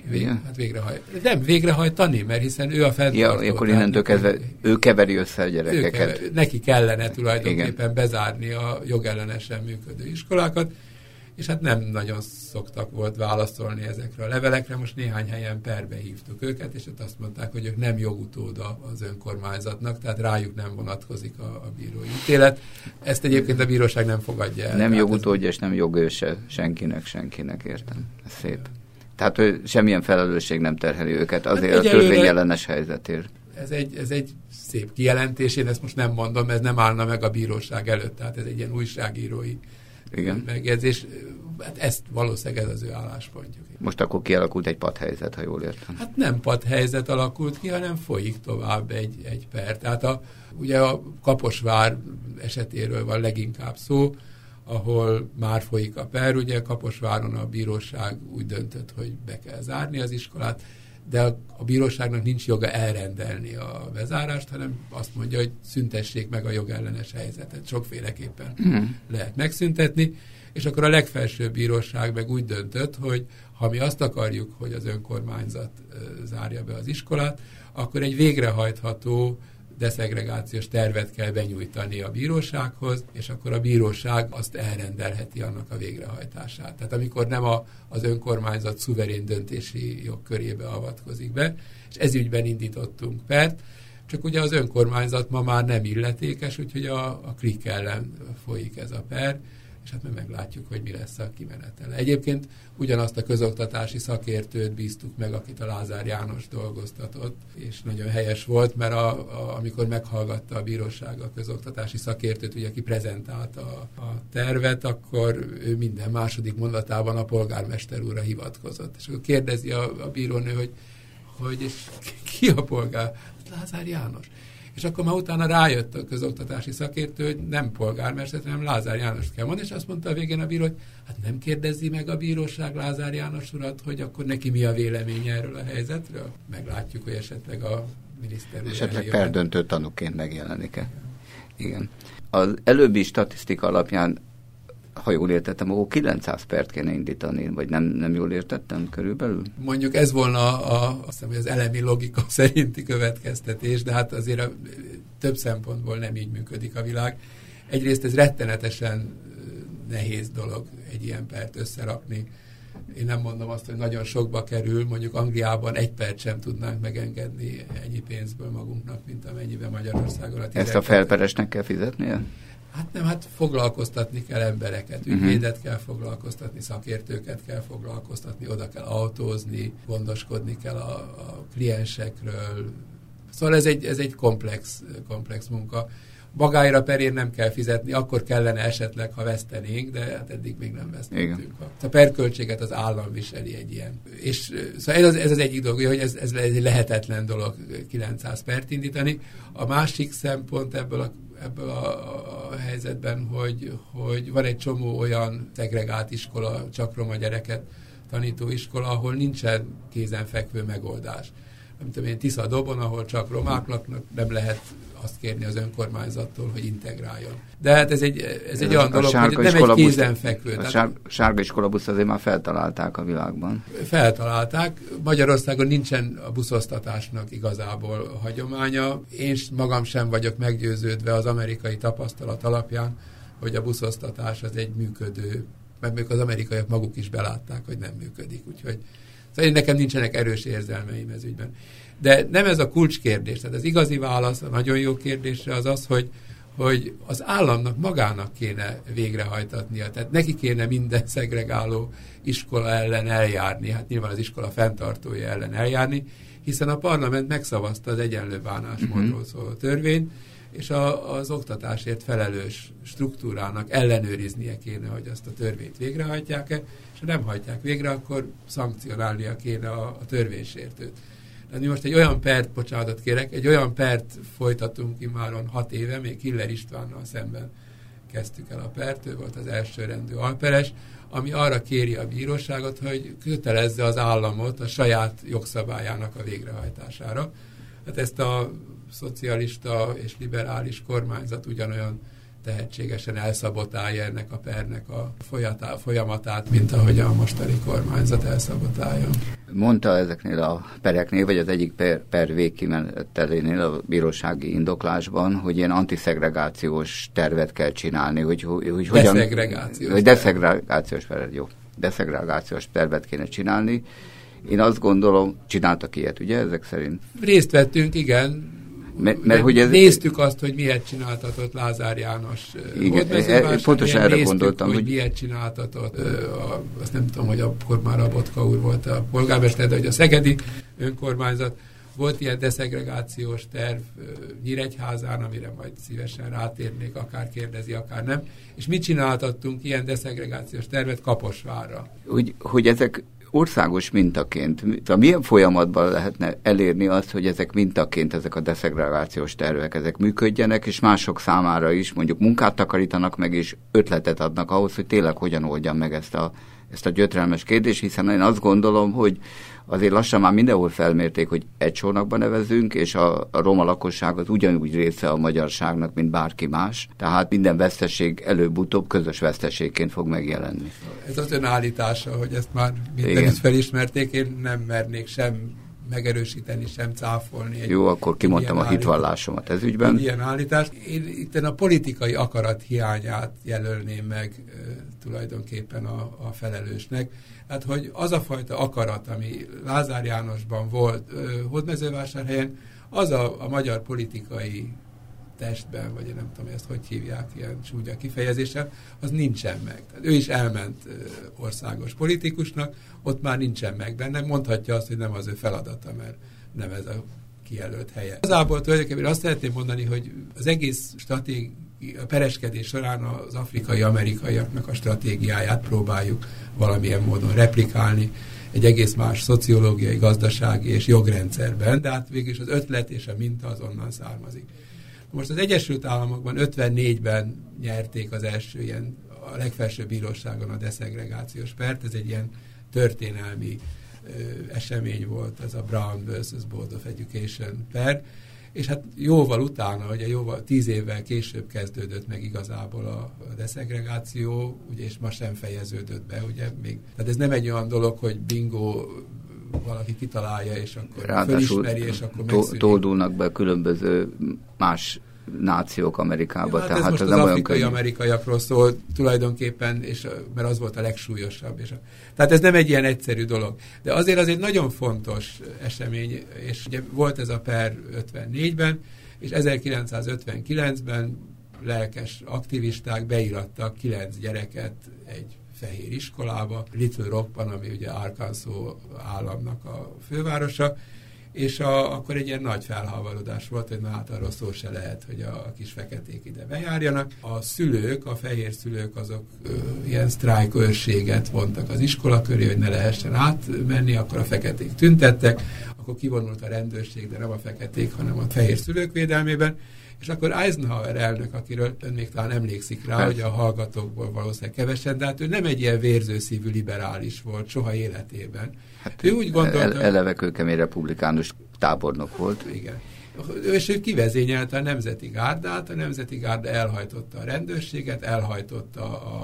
Hát nem végrehajtani, mert hiszen ő a fenntartó. Ja, akkor innentől kezdve ő keveri össze a gyerekeket. Neki kellene tulajdonképpen bezárni a jogellenesen működő iskolákat, és hát nem nagyon szoktak volt válaszolni ezekre a levelekre, most néhány helyen perbe hívtuk őket, és ott azt mondták, hogy ők nem jogutóda az önkormányzatnak, tehát rájuk nem vonatkozik a bírói ítélet. Ezt egyébként a bíróság nem fogadja el. Nem jogutódja, és nem jogőse senkinek, értem. Ez szép. Tehát, hogy semmilyen felelősség nem terheli őket azért hát a törvényellenes helyzetért. Ez egy szép kijelentés, én ezt most nem mondom, ez nem állna meg a bíróság előtt, tehát ez egy ilyen újságírói megjegyzés. Hát ezt valószínűleg ez az ő álláspontjuk. Most akkor kialakult egy padhelyzet, ha jól értem. Hát nem padhelyzet alakult ki, hanem folyik tovább egy per. Tehát ugye a Kaposvár esetéről van leginkább szó, ahol már folyik a per, ugye Kaposváron a bíróság úgy döntött, hogy be kell zárni az iskolát, de a bíróságnak nincs joga elrendelni a bezárást, hanem azt mondja, hogy szüntessék meg a jogellenes helyzetet. Sokféleképpen lehet megszüntetni, és akkor a legfelsőbb bíróság meg úgy döntött, hogy ha mi azt akarjuk, hogy az önkormányzat zárja be az iskolát, akkor egy végrehajtható deszegregációs tervet kell benyújtani a bírósághoz, és akkor a bíróság azt elrendelheti annak a végrehajtását. Tehát amikor nem az önkormányzat szuverén döntési jogkörébe avatkozik be, és ezügyben indítottunk pert, csak ugye az önkormányzat ma már nem illetékes, úgyhogy a KRIK ellen folyik ez a per, és hát meglátjuk, hogy mi lesz a kimenetele. Egyébként ugyanazt a közoktatási szakértőt bíztuk meg, akit a Lázár János dolgoztatott, és nagyon helyes volt, mert amikor meghallgatta a bíróság a közoktatási szakértőt, ugye, aki prezentálta a tervet, akkor ő minden második mondatában a polgármester úrra hivatkozott. És akkor kérdezi a bírónő, hogy és ki a polgár? Lázár János. És akkor már utána rájött a közoktatási szakértő, hogy nem polgármester, hanem Lázár Jánost kell mondani, és azt mondta a végén a bíró, hogy hát nem kérdezi meg a bíróság Lázár János urat, hogy akkor neki mi a véleménye erről a helyzetről? Meglátjuk, hogy esetleg a miniszter úr esetleg perdöntő tanúként megjelenik-e. Igen. Az előbbi statisztika alapján, ha jól értettem, akkor 900 pert kéne indítani, vagy nem jól értettem körülbelül? Mondjuk ez volna azt hiszem, hogy az elemi logika szerinti következtetés, de hát azért több szempontból nem így működik a világ. Egyrészt ez rettenetesen nehéz dolog egy ilyen pert összerakni. Én nem mondom azt, hogy nagyon sokba kerül, mondjuk Angliában 1 perc sem tudnánk megengedni ennyi pénzből magunknak, mint amennyiben Magyarországon. Ezt a felperesnek kell fizetnie? Hát nem, hát foglalkoztatni kell embereket, ügyvédet kell foglalkoztatni, szakértőket kell foglalkoztatni, oda kell autózni, gondoskodni kell a kliensekről. Szóval ez egy komplex munka. Magáért a perért nem kell fizetni, akkor kellene esetleg, ha vesztenénk, de hát eddig még nem vesztettünk. A perköltséget az állam viseli egy ilyen. És szóval ez az egyik dolog, hogy ez egy lehetetlen dolog 900 pert indítani. A másik szempont ebből a helyzetben, hogy van egy csomó olyan szegregált iskola, csak roma gyereket tanító iskola, ahol nincsen kézenfekvő megoldás. Nem tudom én, Tisza-Dobon, ahol csak romák laknak, nem lehet azt kérni az önkormányzattól, hogy integráljon. De hát ez egy olyan dolog, hogy nem egy kézenfekvő. A sárga iskolabuszt azért már feltalálták a világban. Feltalálták. Magyarországon nincsen a buszosztatásnak igazából hagyománya. Én magam sem vagyok meggyőződve az amerikai tapasztalat alapján, hogy a buszosztatás az egy működő, mert még az amerikaiak maguk is belátták, hogy nem működik. Úgyhogy szóval nekem nincsenek erős érzelmeim ez ügyben. De nem ez a kulcskérdés. Tehát az igazi válasz a nagyon jó kérdésre az az, hogy az államnak magának kéne végrehajtatnia. Tehát neki kéne minden szegregáló iskola ellen eljárni. Hát nyilván az iskola fenntartója ellen eljárni, hiszen a parlament megszavazta az egyenlő bánásmódról szóló törvényt, és az oktatásért felelős struktúrának ellenőriznie kéne, hogy azt a törvényt végrehajtják-e, és ha nem hajtják végre, akkor szankcionálnia kéne a törvénysértőt. De mi most egy olyan pert folytatunk immáron 6 éve, még Hiller Istvánnal szemben kezdtük el a pert, ő volt az elsőrendű alperes, ami arra kéri a bíróságot, hogy kötelezze az államot a saját jogszabályának a végrehajtására. Hát ezt a szocialista és liberális kormányzat ugyanolyan tehetségesen elszabotálja ennek a pernek a folyamatát, mint ahogy a mostani kormányzat elszabotálja. Mondta ezeknél a pereknél, vagy az egyik per végkimenetelénél a bírósági indoklásban, hogy ilyen antiszegregációs tervet kell csinálni, hogy deszegregációs tervet kéne csinálni. Én azt gondolom, csináltak ilyet, ugye, ezek szerint? Részt vettünk, igen. Mert hogy néztük azt, hogy miért csináltatott Lázár János. Igen, pontosan erre gondoltam. Hogy miért csináltatott. Azt nem tudom, hogy akkor már a Botka úr volt a polgármester, de hogy a szegedi önkormányzat volt ilyen deszegregációs terv Nyíregyházán, amire majd szívesen rátérnék, akár kérdezi, akár nem. És mit csináltattunk ilyen deszegregációs tervet Kaposvárra? Hogy ezek országos mintaként, milyen folyamatban lehetne elérni azt, hogy ezek mintaként, ezek a deszegregációs tervek, ezek működjenek, és mások számára is mondjuk munkát takarítanak meg, és ötletet adnak ahhoz, hogy tényleg hogyan oldjam meg ezt a ezt a gyötrelmes kérdést, hiszen én azt gondolom, hogy azért lassan már mindenhol felmérték, hogy egy csónakba nevezünk, és a roma lakosság az ugyanúgy része a magyarságnak, mint bárki más. Tehát minden veszteség előbb-utóbb közös veszteségként fog megjelenni. Ez az ön állítása, hogy ezt már mindenütt felismerték, én nem mernék sem megerősíteni, sem cáfolni. Jó, akkor kimondtam a hitvallásomat ez ügyben. Ilyen állítást. Én itt a politikai akarat hiányát jelölném meg tulajdonképpen a felelősnek. Hát, hogy az a fajta akarat, ami Lázár Jánosban volt Hódmezővásárhelyen, az a magyar politikai testben, vagy én nem tudom, ezt hogy hívják ilyen csúnya kifejezéssel, az nincsen meg. Tehát ő is elment országos politikusnak, ott már nincsen meg benne, mondhatja azt, hogy nem az ő feladata, mert nem ez a kijelölt helye. Igazából tulajdonképpen azt szeretném mondani, hogy az egész a pereskedés során az afrikai-amerikaiaknak a stratégiáját próbáljuk valamilyen módon replikálni egy egész más szociológiai, gazdasági és jogrendszerben, de hát végülis az ötlet és a minta az onnan származik. Most az Egyesült Államokban 54-ben nyerték az első ilyen, a legfelsőbb bíróságon a deszegregációs pert, ez egy ilyen történelmi esemény volt, ez a Brown versus Board of Education per, és hát jóval utána, ugye 10 évvel később kezdődött meg igazából a deszegregáció, ugye, és ma sem fejeződött be, ugye még. Tehát ez nem egy olyan dolog, hogy bingo, valaki kitalálja, és akkor ráadásul fölismeri, és akkor megszűnik. Tódulnak be különböző más nációk Amerikába. Ja, hát ez most az afrikai-amerikaiakról szól tulajdonképpen, és, mert az volt a legsúlyosabb. Tehát ez nem egy ilyen egyszerű dolog. De azért az egy nagyon fontos esemény, és ugye volt ez a per 54-ben, és 1959-ben lelkes aktivisták beírattak 9 gyereket egy fehér iskolába, Little Rockban, ami ugye Arkansas államnak a fővárosa, és akkor egy ilyen nagy felháborodás volt, hogy na hát arról szó se lehet, hogy a kis feketék ide bejárjanak. A szülők, a fehér szülők azok ilyen sztrájkőrséget vontak az iskola köré, hogy ne lehessen átmenni, akkor a feketék tüntettek, akkor kivonult a rendőrség, de nem a feketék, hanem a fehér szülők védelmében, és akkor Eisenhower elnök, akiről ön még talán emlékszik rá, hogy a hallgatókból valószínűleg kevesen, de hát ő nem egy ilyen vérzőszívű liberális volt soha életében. Hát ő úgy gondolta... Eleve kőkemény republikánus tábornok volt. Igen. És ő kivezényelte a Nemzeti Gárdát, a Nemzeti Gárda elhajtotta a rendőrséget, elhajtotta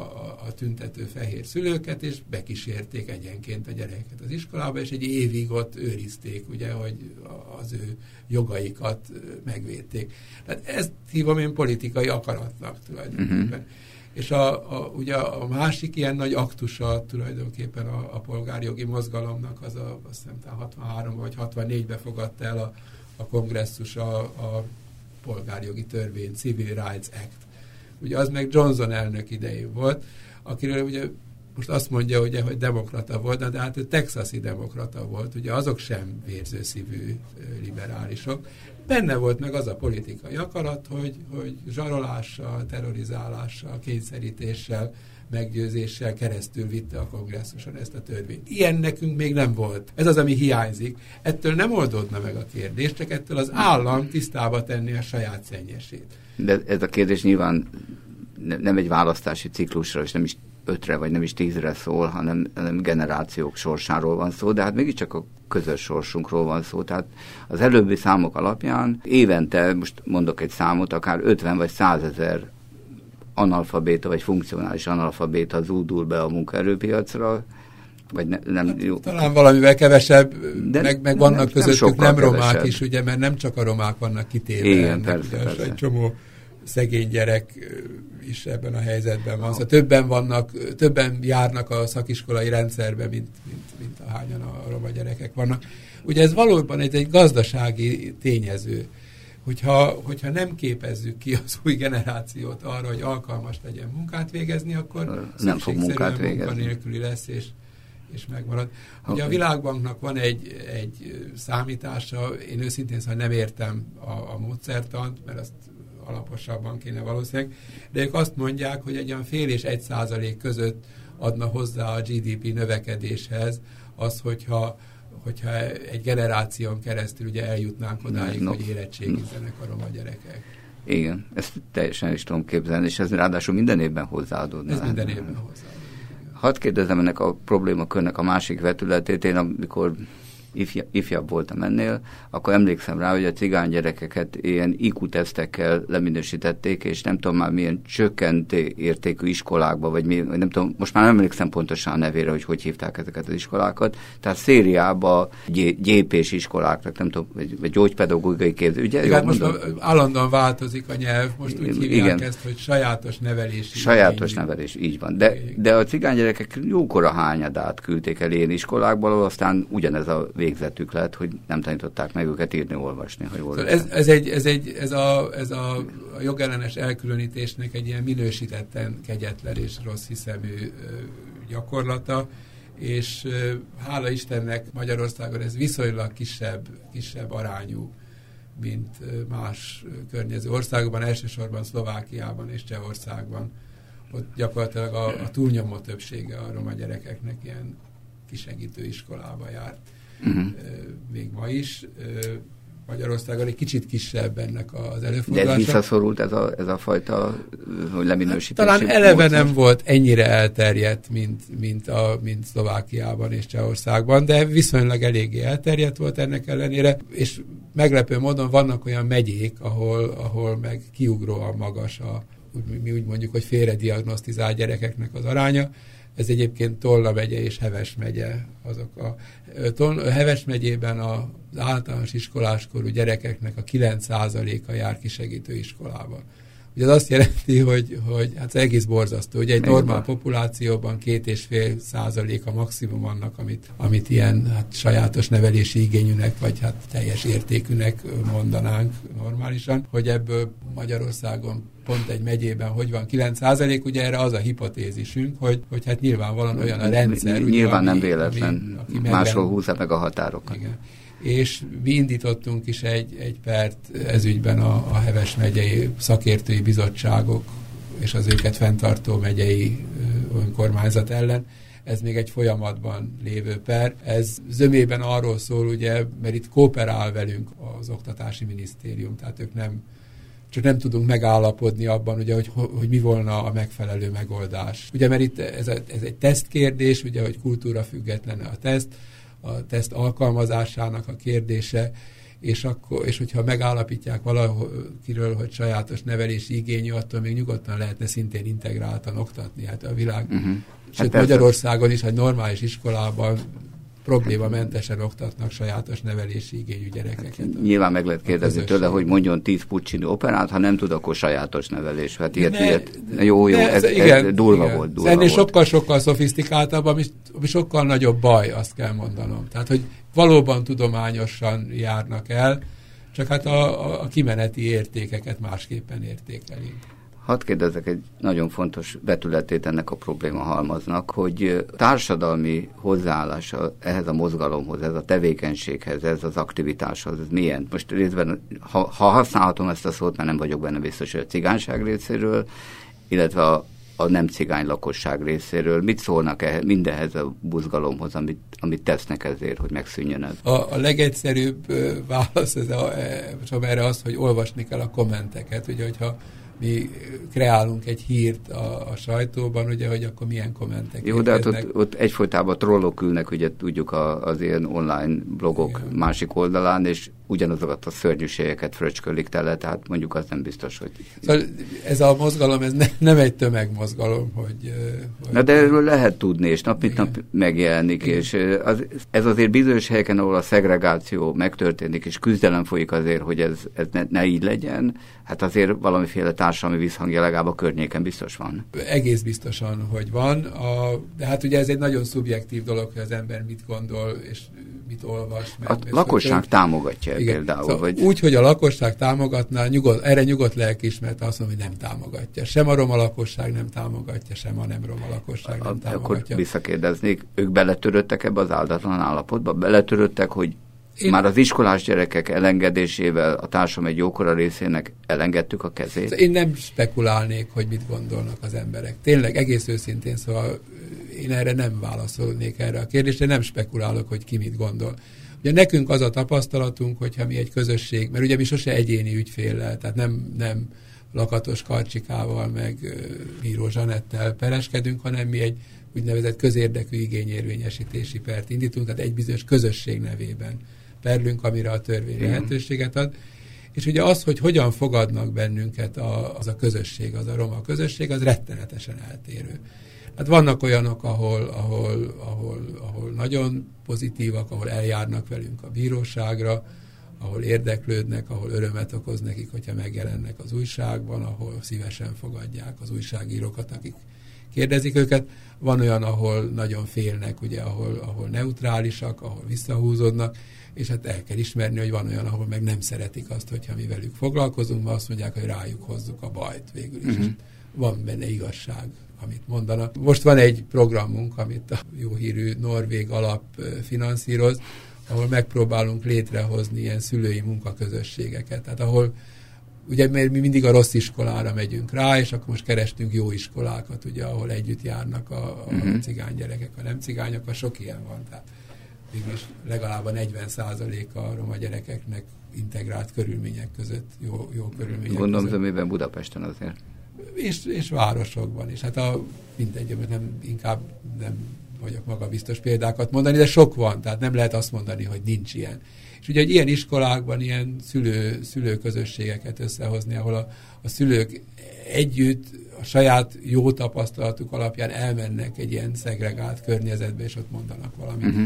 a tüntető fehér szülőket, és bekísérték egyenként a gyerekeket az iskolába, és egy évig ott őrizték, ugye, hogy az ő jogaikat megvédték. Tehát ezt hívom én politikai akaratnak tulajdonképpen. És ugye a másik ilyen nagy aktusa tulajdonképpen a polgárjogi mozgalomnak, az azt hiszem 63 vagy 64-ben fogadta el a kongresszus a polgárjogi törvény, Civil Rights Act. Ugye az meg Johnson elnök idején volt, akiről ugye most azt mondja, ugye, hogy demokrata volt, de hát ő texasi demokrata volt, ugye azok sem vérzőszívű liberálisok. Benne volt meg az a politikai akarat, hogy zsarolással, terrorizálással, kényszerítéssel, meggyőzéssel keresztül vitte a kongresszuson ezt a törvényt. Ilyen nekünk még nem volt. Ez az, ami hiányzik. Ettől nem oldódna meg a kérdés, csak ettől az állam tisztába tenni a saját szennyesét. De ez a kérdés nyilván nem egy választási ciklusra, és nem is 5-re, vagy nem is 10-re szól, hanem generációk sorsáról van szó, de hát mégiscsak a közös sorsunkról van szó. Tehát az előbbi számok alapján évente, most mondok egy számot, akár 50 vagy 100 ezer analfabéta, vagy funkcionális analfabéta zúdul be a munkaerőpiacra, vagy nem jó. Talán valamivel kevesebb, de meg vannak közöttük nem romák kevesebb is, ugye, mert nem csak a romák vannak kitéve. Igen, ennek, persze, persze. Egy csomó szegény gyerek is ebben a helyzetben van. Szóval többen járnak a szakiskolai rendszerbe, mint ahányan a roma gyerekek vannak. Ugye ez valóban egy gazdasági tényező. Hogyha nem képezzük ki az új generációt arra, hogy alkalmas legyen munkát végezni, akkor nem fog munkát végezni. Munkanélküli lesz, és megmarad. Ugye a Világbanknak van egy számítása, én őszintén szóval nem értem a módszertant, mert azt alaposabban kéne valószínűleg, de ők azt mondják, hogy egy olyan 0,5 és 1% között adna hozzá a GDP növekedéshez az, hogyha egy generáción keresztül ugye eljutnánk odáig, hogy érettségizzenek a roma gyerekek. Igen, ezt teljesen is tudom képzelni, és ez ráadásul minden évben hozzáadódna. Ez minden évben hozzáadódna. Hadd kérdezem ennek a problémakörnek a másik vetületét. Én amikor ifjabb voltam ennél, akkor emlékszem rá, hogy a cigány gyerekeket ilyen IQ-tesztekkel leminősítették, és nem tudom már milyen csökkent értékű iskolákba, vagy nem tudom, most már nem emlékszem pontosan a nevére, hogy hívták ezeket az iskolákat. Tehát szériába gyépés iskoláknak, nem tudom, vagy gyógypedagógiai képző. Ugye? Igen, most állandóan változik a nyelv, most úgy hívják ezt, hogy sajátos nevelés. Sajátos nevelés, így van. De a cigány gyerekek jókora hányadát küldték el ilyen iskolákból, aztán ugyanez a végzetük lett, hogy nem tanították meg őket írni, olvasni, ha jól ez a jogellenes elkülönítésnek egy ilyen minősítetten kegyetlen és rossz hiszemű gyakorlata, és hála Istennek Magyarországon ez viszonylag kisebb arányú, mint más környező országokban, elsősorban Szlovákiában és Csehországban. Ott gyakorlatilag a túlnyomó többsége a roma gyerekeknek ilyen kisegítő iskolába járt. Még ma is. Magyarországon egy kicsit kisebb ennek az előfordulása. De ez visszaszorult ez a fajta leminősítési talán eleve nem volt ennyire elterjedt, mint Szlovákiában és Csehországban, de viszonylag eléggé elterjedt volt ennek ellenére, és meglepő módon vannak olyan megyék, ahol meg kiugróan magas mi úgy mondjuk, hogy félrediagnosztizált gyerekeknek az aránya. Ez egyébként Tolna megye és Heves megye. Heves megyében az általános iskoláskorú gyerekeknek a 9%-a jár kisegítő iskolába. Ugye az azt jelenti, hogy hát ez egész borzasztó. Ugye egy normál populációban 2,5% a maximum annak, amit ilyen sajátos nevelési igényűnek, vagy hát teljes értékűnek mondanánk normálisan, hogy ebből Magyarországon pont egy megyében hogy van 9%, ugye erre az a hipotézisünk, hogy hát nyilvánvalóan olyan a rendszer. Nyilván nem véletlen, máshol húzza meg a határokat. Igen. És mi indítottunk is egy pert ezügyben a Heves megyei szakértői bizottságok és az őket fenntartó megyei önkormányzat ellen. Ez még egy folyamatban lévő per. Ez zömében arról szól, ugye, mert itt kooperál velünk az Oktatási Minisztérium, tehát ők csak nem tudunk megállapodni abban, ugye, hogy mi volna a megfelelő megoldás. Ugye, mert itt ez egy tesztkérdés, ugye, hogy kultúra független a teszt alkalmazásának a kérdése, és hogyha megállapítják valakiről, hogy sajátos nevelési igényű, attól még nyugodtan lehetne szintén integráltan oktatni. Hát a világ, sőt Magyarországon is egy normális iskolában problémamentesen oktatnak sajátos nevelési igényű gyerekeket. Hát, nyilván meg lehet kérdezni tőle, hogy mondjon 10 Puccini operát, ha nem tud, akkor sajátos nevelés. Hát ilyet. Jó, ez durva volt. Ennél sokkal-sokkal szofisztikáltabb, ami sokkal nagyobb baj, azt kell mondanom. Tehát, hogy valóban tudományosan járnak el, csak hát a kimeneti értékeket másképpen értékelik. Hadd kérdezzek egy nagyon fontos vetületét ennek a problémahalmaznak, hogy társadalmi hozzáállás ehhez a mozgalomhoz, ez a tevékenységhez, ez az aktivitáshoz, ez milyen? Most részben, ha használhatom ezt a szót, mert nem vagyok benne biztos, hogy a cigányság részéről, illetve a nem cigány lakosság részéről. Mit szólnak mindenhez a buzgalomhoz, amit tesznek ezért, hogy megszűnjön ez? A legegyszerűbb válasz erre az, hogy olvasni kell a kommenteket. Ugye, hogyha mi kreálunk egy hírt a sajtóban, ugye, hogy akkor milyen kommentek. Jó, de hát ott egyfolytában trollok ülnek, ugye tudjuk az ilyen online blogok másik oldalán, és ugyanazokat a szörnyűségeket fröcskölik tele, tehát mondjuk az nem biztos, hogy... Szóval ez a mozgalom, ez nem egy tömegmozgalom, hogy... Na, de erről lehet tudni, és nap mint nap megjelenik, és ez azért bizonyos helyeken, ahol a szegregáció megtörténik, és küzdelem folyik azért, hogy ez ne így legyen, hát azért valamiféle társadalmi visszhangja legalább a környéken biztos van. Egész biztosan, hogy van, de hát ugye ez egy nagyon szubjektív dolog, hogy az ember mit gondol, és mit olvas. A lakosság támogatja például. Szóval úgy, hogy a lakosság támogatná, erre nyugodt lelkiismeret azt mondom, hogy nem támogatja. Sem a roma lakosság nem támogatja, sem a nem roma lakosság nem támogatja. Akkor visszakérdeznék, ők beletörődtek ebbe az áldatlan állapotba? Beletörődtek, hogy már az iskolás gyerekek elengedésével a társadalom egy jókora részének elengedtük a kezét? Én nem spekulálnék, hogy mit gondolnak az emberek. Tényleg, egész őszintén, szóval én erre nem válaszolnék erre a kérdésre, nem spekulálok, hogy ki mit gondol. Ugye nekünk az a tapasztalatunk, hogyha mi egy közösség, mert ugye mi sose egyéni ügyféllel, tehát nem Lakatos Karcsikával, meg Bíró Zsanettel pereskedünk, hanem mi egy úgynevezett közérdekű igényérvényesítési pert indítunk, tehát egy bizonyos közösség nevében perlünk, amire a törvény lehetőséget ad. És ugye az, hogy hogyan fogadnak bennünket az a közösség, az a roma közösség, az rettenetesen eltérő. Hát vannak olyanok, ahol nagyon pozitívak, ahol eljárnak velünk a bíróságra, ahol érdeklődnek, ahol örömet okoz nekik, hogyha megjelennek az újságban, ahol szívesen fogadják az újságírókat, akik kérdezik őket. Van olyan, ahol nagyon félnek, ugye, ahol neutrálisak, ahol visszahúzódnak, és hát el kell ismerni, hogy van olyan, ahol meg nem szeretik azt, hogyha mi velük foglalkozunk, mert azt mondják, hogy rájuk hozzuk a bajt végül is. Uh-huh. Van benne igazság, amit mondanak. Most van egy programunk, amit a jó hírű norvég alap finanszíroz, ahol megpróbálunk létrehozni ilyen szülői munkaközösségeket. Tehát ahol ugye mi mindig a rossz iskolára megyünk rá, és akkor most kerestünk jó iskolákat, ugye, ahol együtt járnak a cigány gyerekek, a nem cigányok, sok ilyen van. Tehát mégis legalább a 40%-a a roma gyerekeknek integrált körülmények között, jó körülmények Gondolom, között. zömében Budapesten azért. És városokban is. Hát mindegy, inkág nem vagyok magabiztos példákat mondani, de sok van, tehát nem lehet azt mondani, hogy nincs ilyen. És ugye, hogy ilyen iskolákban ilyen szülőközösségeket összehozni, ahol a szülők együtt a saját jó tapasztalatuk alapján elmennek egy ilyen szegregált környezetbe, és ott mondanak valamit. Uh-huh.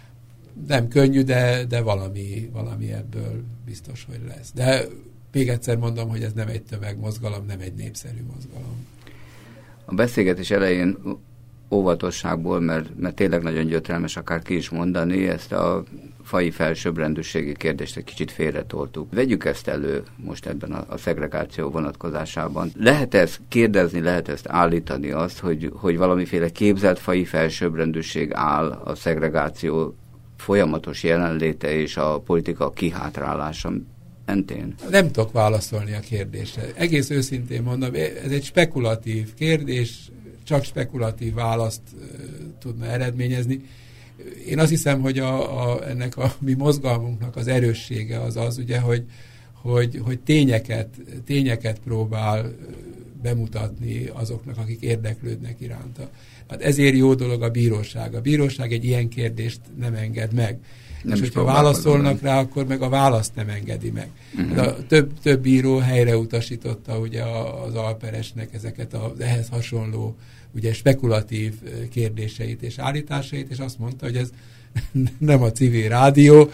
Nem könnyű, de valami ebből biztos, hogy lesz. De még egyszer mondom, hogy ez nem egy tömegmozgalom, nem egy népszerű mozgalom. A beszélgetés elején óvatosságból, mert tényleg nagyon gyötrelmes akár ki is mondani, ezt a faji felsőbbrendűségi kérdést egy kicsit félretoltuk. Vegyük ezt elő most ebben a szegregáció vonatkozásában. Lehet ezt kérdezni, lehet ezt állítani azt, hogy valamiféle képzelt faji felsőbbrendűség áll a szegregáció folyamatos jelenléte és a politika kihátrálása mentén? Nem tudok válaszolni a kérdésre. Egész őszintén mondom, ez egy spekulatív kérdés, csak spekulatív választ tudna eredményezni. Én azt hiszem, hogy ennek a mi mozgalmunknak az erőssége az ugye, hogy tényeket próbál bemutatni azoknak, akik érdeklődnek iránta. Hát ezért jó dolog a bíróság. A bíróság egy ilyen kérdést nem enged meg. És hogyha válaszolnak rá, akkor meg a választ nem engedi meg. Uh-huh. Több bíró helyreutasította ugye az alperesnek ezeket az ehhez hasonló ugye spekulatív kérdéseit és állításait, és azt mondta, hogy ez nem a civil rádió,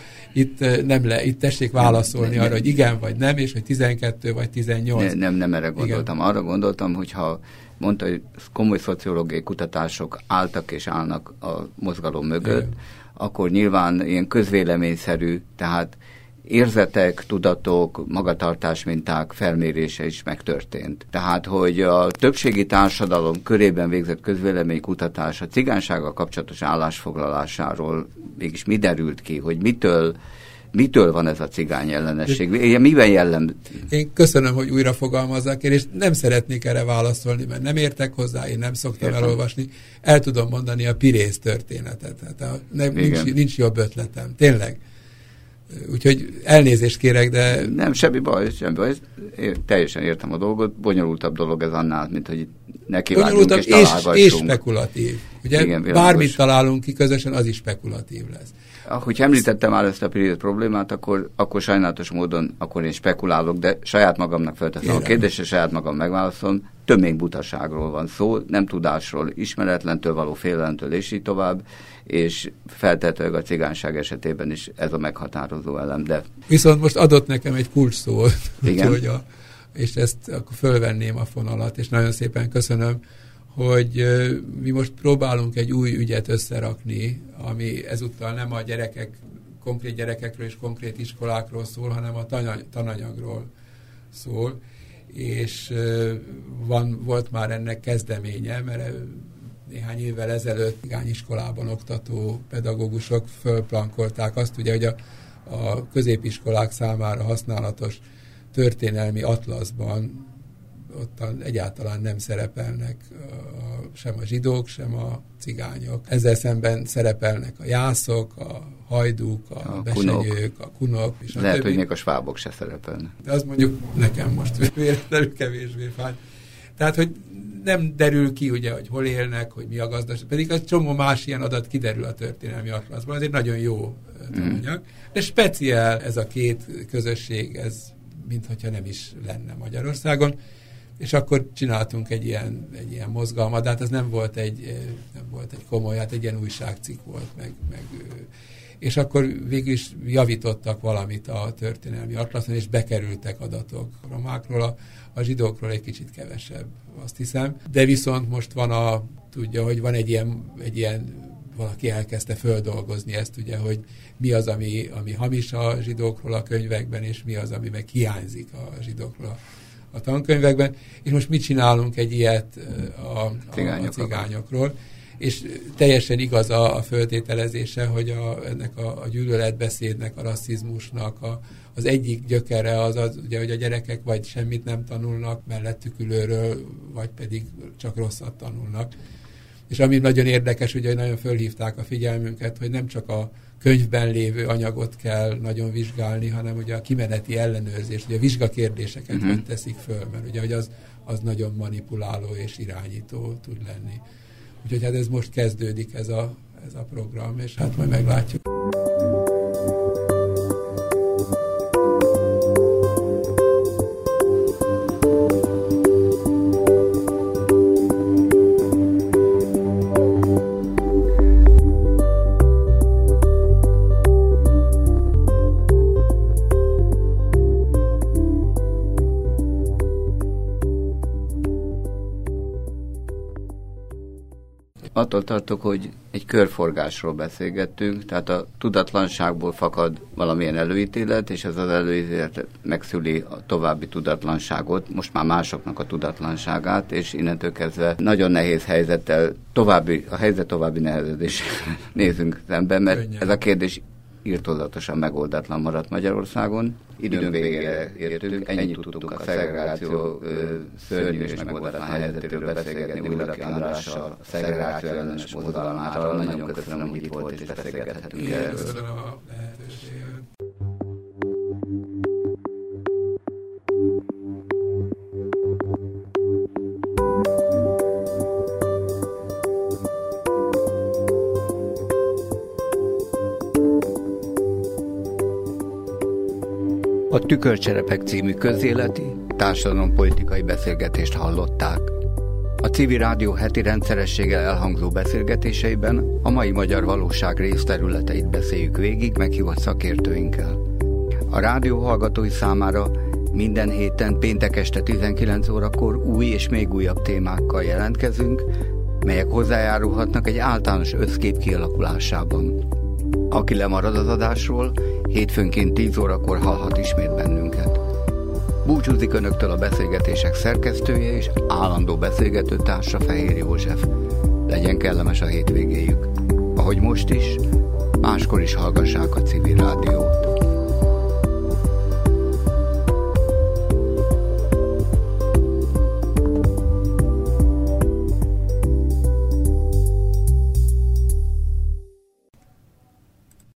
itt tessék válaszolni arra, hogy igen vagy nem, és hogy 12 vagy 18. Nem erre gondoltam. Igen. Arra gondoltam, hogyha mondta, hogy komoly szociológiai kutatások álltak és állnak a mozgalom mögött, igen, akkor nyilván ilyen közvéleményszerű, tehát érzetek, tudatok, magatartásminták felmérése is megtörtént. Tehát, hogy a többségi társadalom körében végzett közvéleménykutatás a cigánysággal kapcsolatos állásfoglalásáról mégis mi derült ki, hogy mitől van ez a cigány ellenesség? Miben jellem? Én köszönöm, hogy újra fogalmazzak, és nem szeretnék erre válaszolni, mert nem értek hozzá, én nem szoktam elolvasni. El tudom mondani a Pirész történetet. Tehát nincs jobb ötletem. Tényleg. Úgyhogy elnézést kérek, de... Nem, semmi baj. Teljesen értem a dolgot. Bonyolultabb dolog ez annál, mint hogy nekivágjunk és találgassunk. És spekulatív. Ugye igen, bármit találunk ki közösen, az is spekulatív lesz. Hogyha említettem már ezt a problémát, akkor sajnálatos módon akkor én spekulálok, de saját magamnak felteszem a kérdést, és saját magam megválaszolom. Tömény butaságról van szó, nem tudásról, ismeretlentől való félelemtől, és így tovább, és feltétlenül a cigányság esetében is ez a meghatározó elem. De... Viszont most adott nekem egy kulcsszót, és ezt akkor fölvenném a fonalat, és nagyon szépen köszönöm, hogy mi most próbálunk egy új ügyet összerakni, ami ezúttal nem a konkrét gyerekekről és konkrét iskolákról szól, hanem a tananyagról szól, és volt már ennek kezdeménye, mert néhány évvel ezelőtt cigányiskolában oktató pedagógusok fölplankolták azt, ugye, hogy a középiskolák számára használatos történelmi atlaszban ottan egyáltalán nem szerepelnek sem a zsidók, sem a cigányok. Ezzel szemben szerepelnek a jászok, a hajdúk, a besenyők, a kunok. És lehet, hogy még a svábok se szerepelnek. De az mondjuk nekem most véletlenül kevésbé fáj. Tehát, hogy nem derül ki, ugye, hogy hol élnek, hogy mi a gazdaság, pedig az csomó más ilyen adat kiderül a történelmi atlaszban, ez egy nagyon jó tananyag. De speciál ez a két közösség, ez minthogyha nem is lenne Magyarországon, és akkor csináltunk egy ilyen mozgalmat, de hát ez nem volt egy komoly, hát egy ilyen újságcikk volt, meg és akkor végül is javítottak valamit a történelmi atlaszon, és bekerültek adatok a romákról, a zsidókról egy kicsit kevesebb, azt hiszem. De viszont most tudja, hogy van egy ilyen valaki elkezdte földolgozni ezt, ugye, hogy mi az, ami hamis a zsidókról a könyvekben, és mi az, ami meg hiányzik a zsidókról a tankönyvekben. És most mit csinálunk egy ilyet a cigányokról? És teljesen igaz a föltételezése, hogy ennek a gyűlöletbeszédnek, a rasszizmusnak az egyik gyökere az, ugye, hogy a gyerekek vagy semmit nem tanulnak mellettük ülőről, vagy pedig csak rosszat tanulnak. És ami nagyon érdekes, ugye, hogy nagyon fölhívták a figyelmünket, hogy nem csak a könyvben lévő anyagot kell nagyon vizsgálni, hanem ugye a kimeneti ellenőrzés, ugye a vizsgakérdéseket hogy teszik föl, mert ugye hogy az nagyon manipuláló és irányító tud lenni. Úgyhogy hát ez most kezdődik ez a program, és hát majd meglátjuk. Attól tartok, hogy egy körforgásról beszélgettünk, tehát a tudatlanságból fakad valamilyen előítélet, és ez az előítélet megszüli a további tudatlanságot, most már másoknak a tudatlanságát, és innentől kezdve nagyon nehéz helyzettel, a helyzet további nehezedésével nézünk szemben, mert ez a kérdés irtózatosan megoldatlan maradt Magyarországon. Időnk végére értünk, ennyit tudtunk a szegregáció szörnyű és megoldatlan helyzetéről beszélgetni Újlaki Andrással, a szegregáció ellenes mozgalmáról. Nagyon köszönöm, hogy itt volt és beszélgethetünk erről. Köszönöm a lehetőséget. A Tükörcserepek című közéleti, társadalompolitikai beszélgetést hallották. A Civil Rádió heti rendszerességgel elhangzó beszélgetéseiben a mai magyar valóság részterületeit beszéljük végig meghívott szakértőinkkel. A rádió hallgatói számára minden héten péntek este 19 órakor új és még újabb témákkal jelentkezünk, melyek hozzájárulhatnak egy általános összkép kialakulásában. Aki lemarad az adásról, hétfőnként 10 órakor hallhat ismét bennünket. Búcsúzik önöktől a beszélgetések szerkesztője és állandó beszélgető társa Fehér József. Legyen kellemes a hétvégéjük. Ahogy most is, máskor is hallgassák a Civil Rádiót.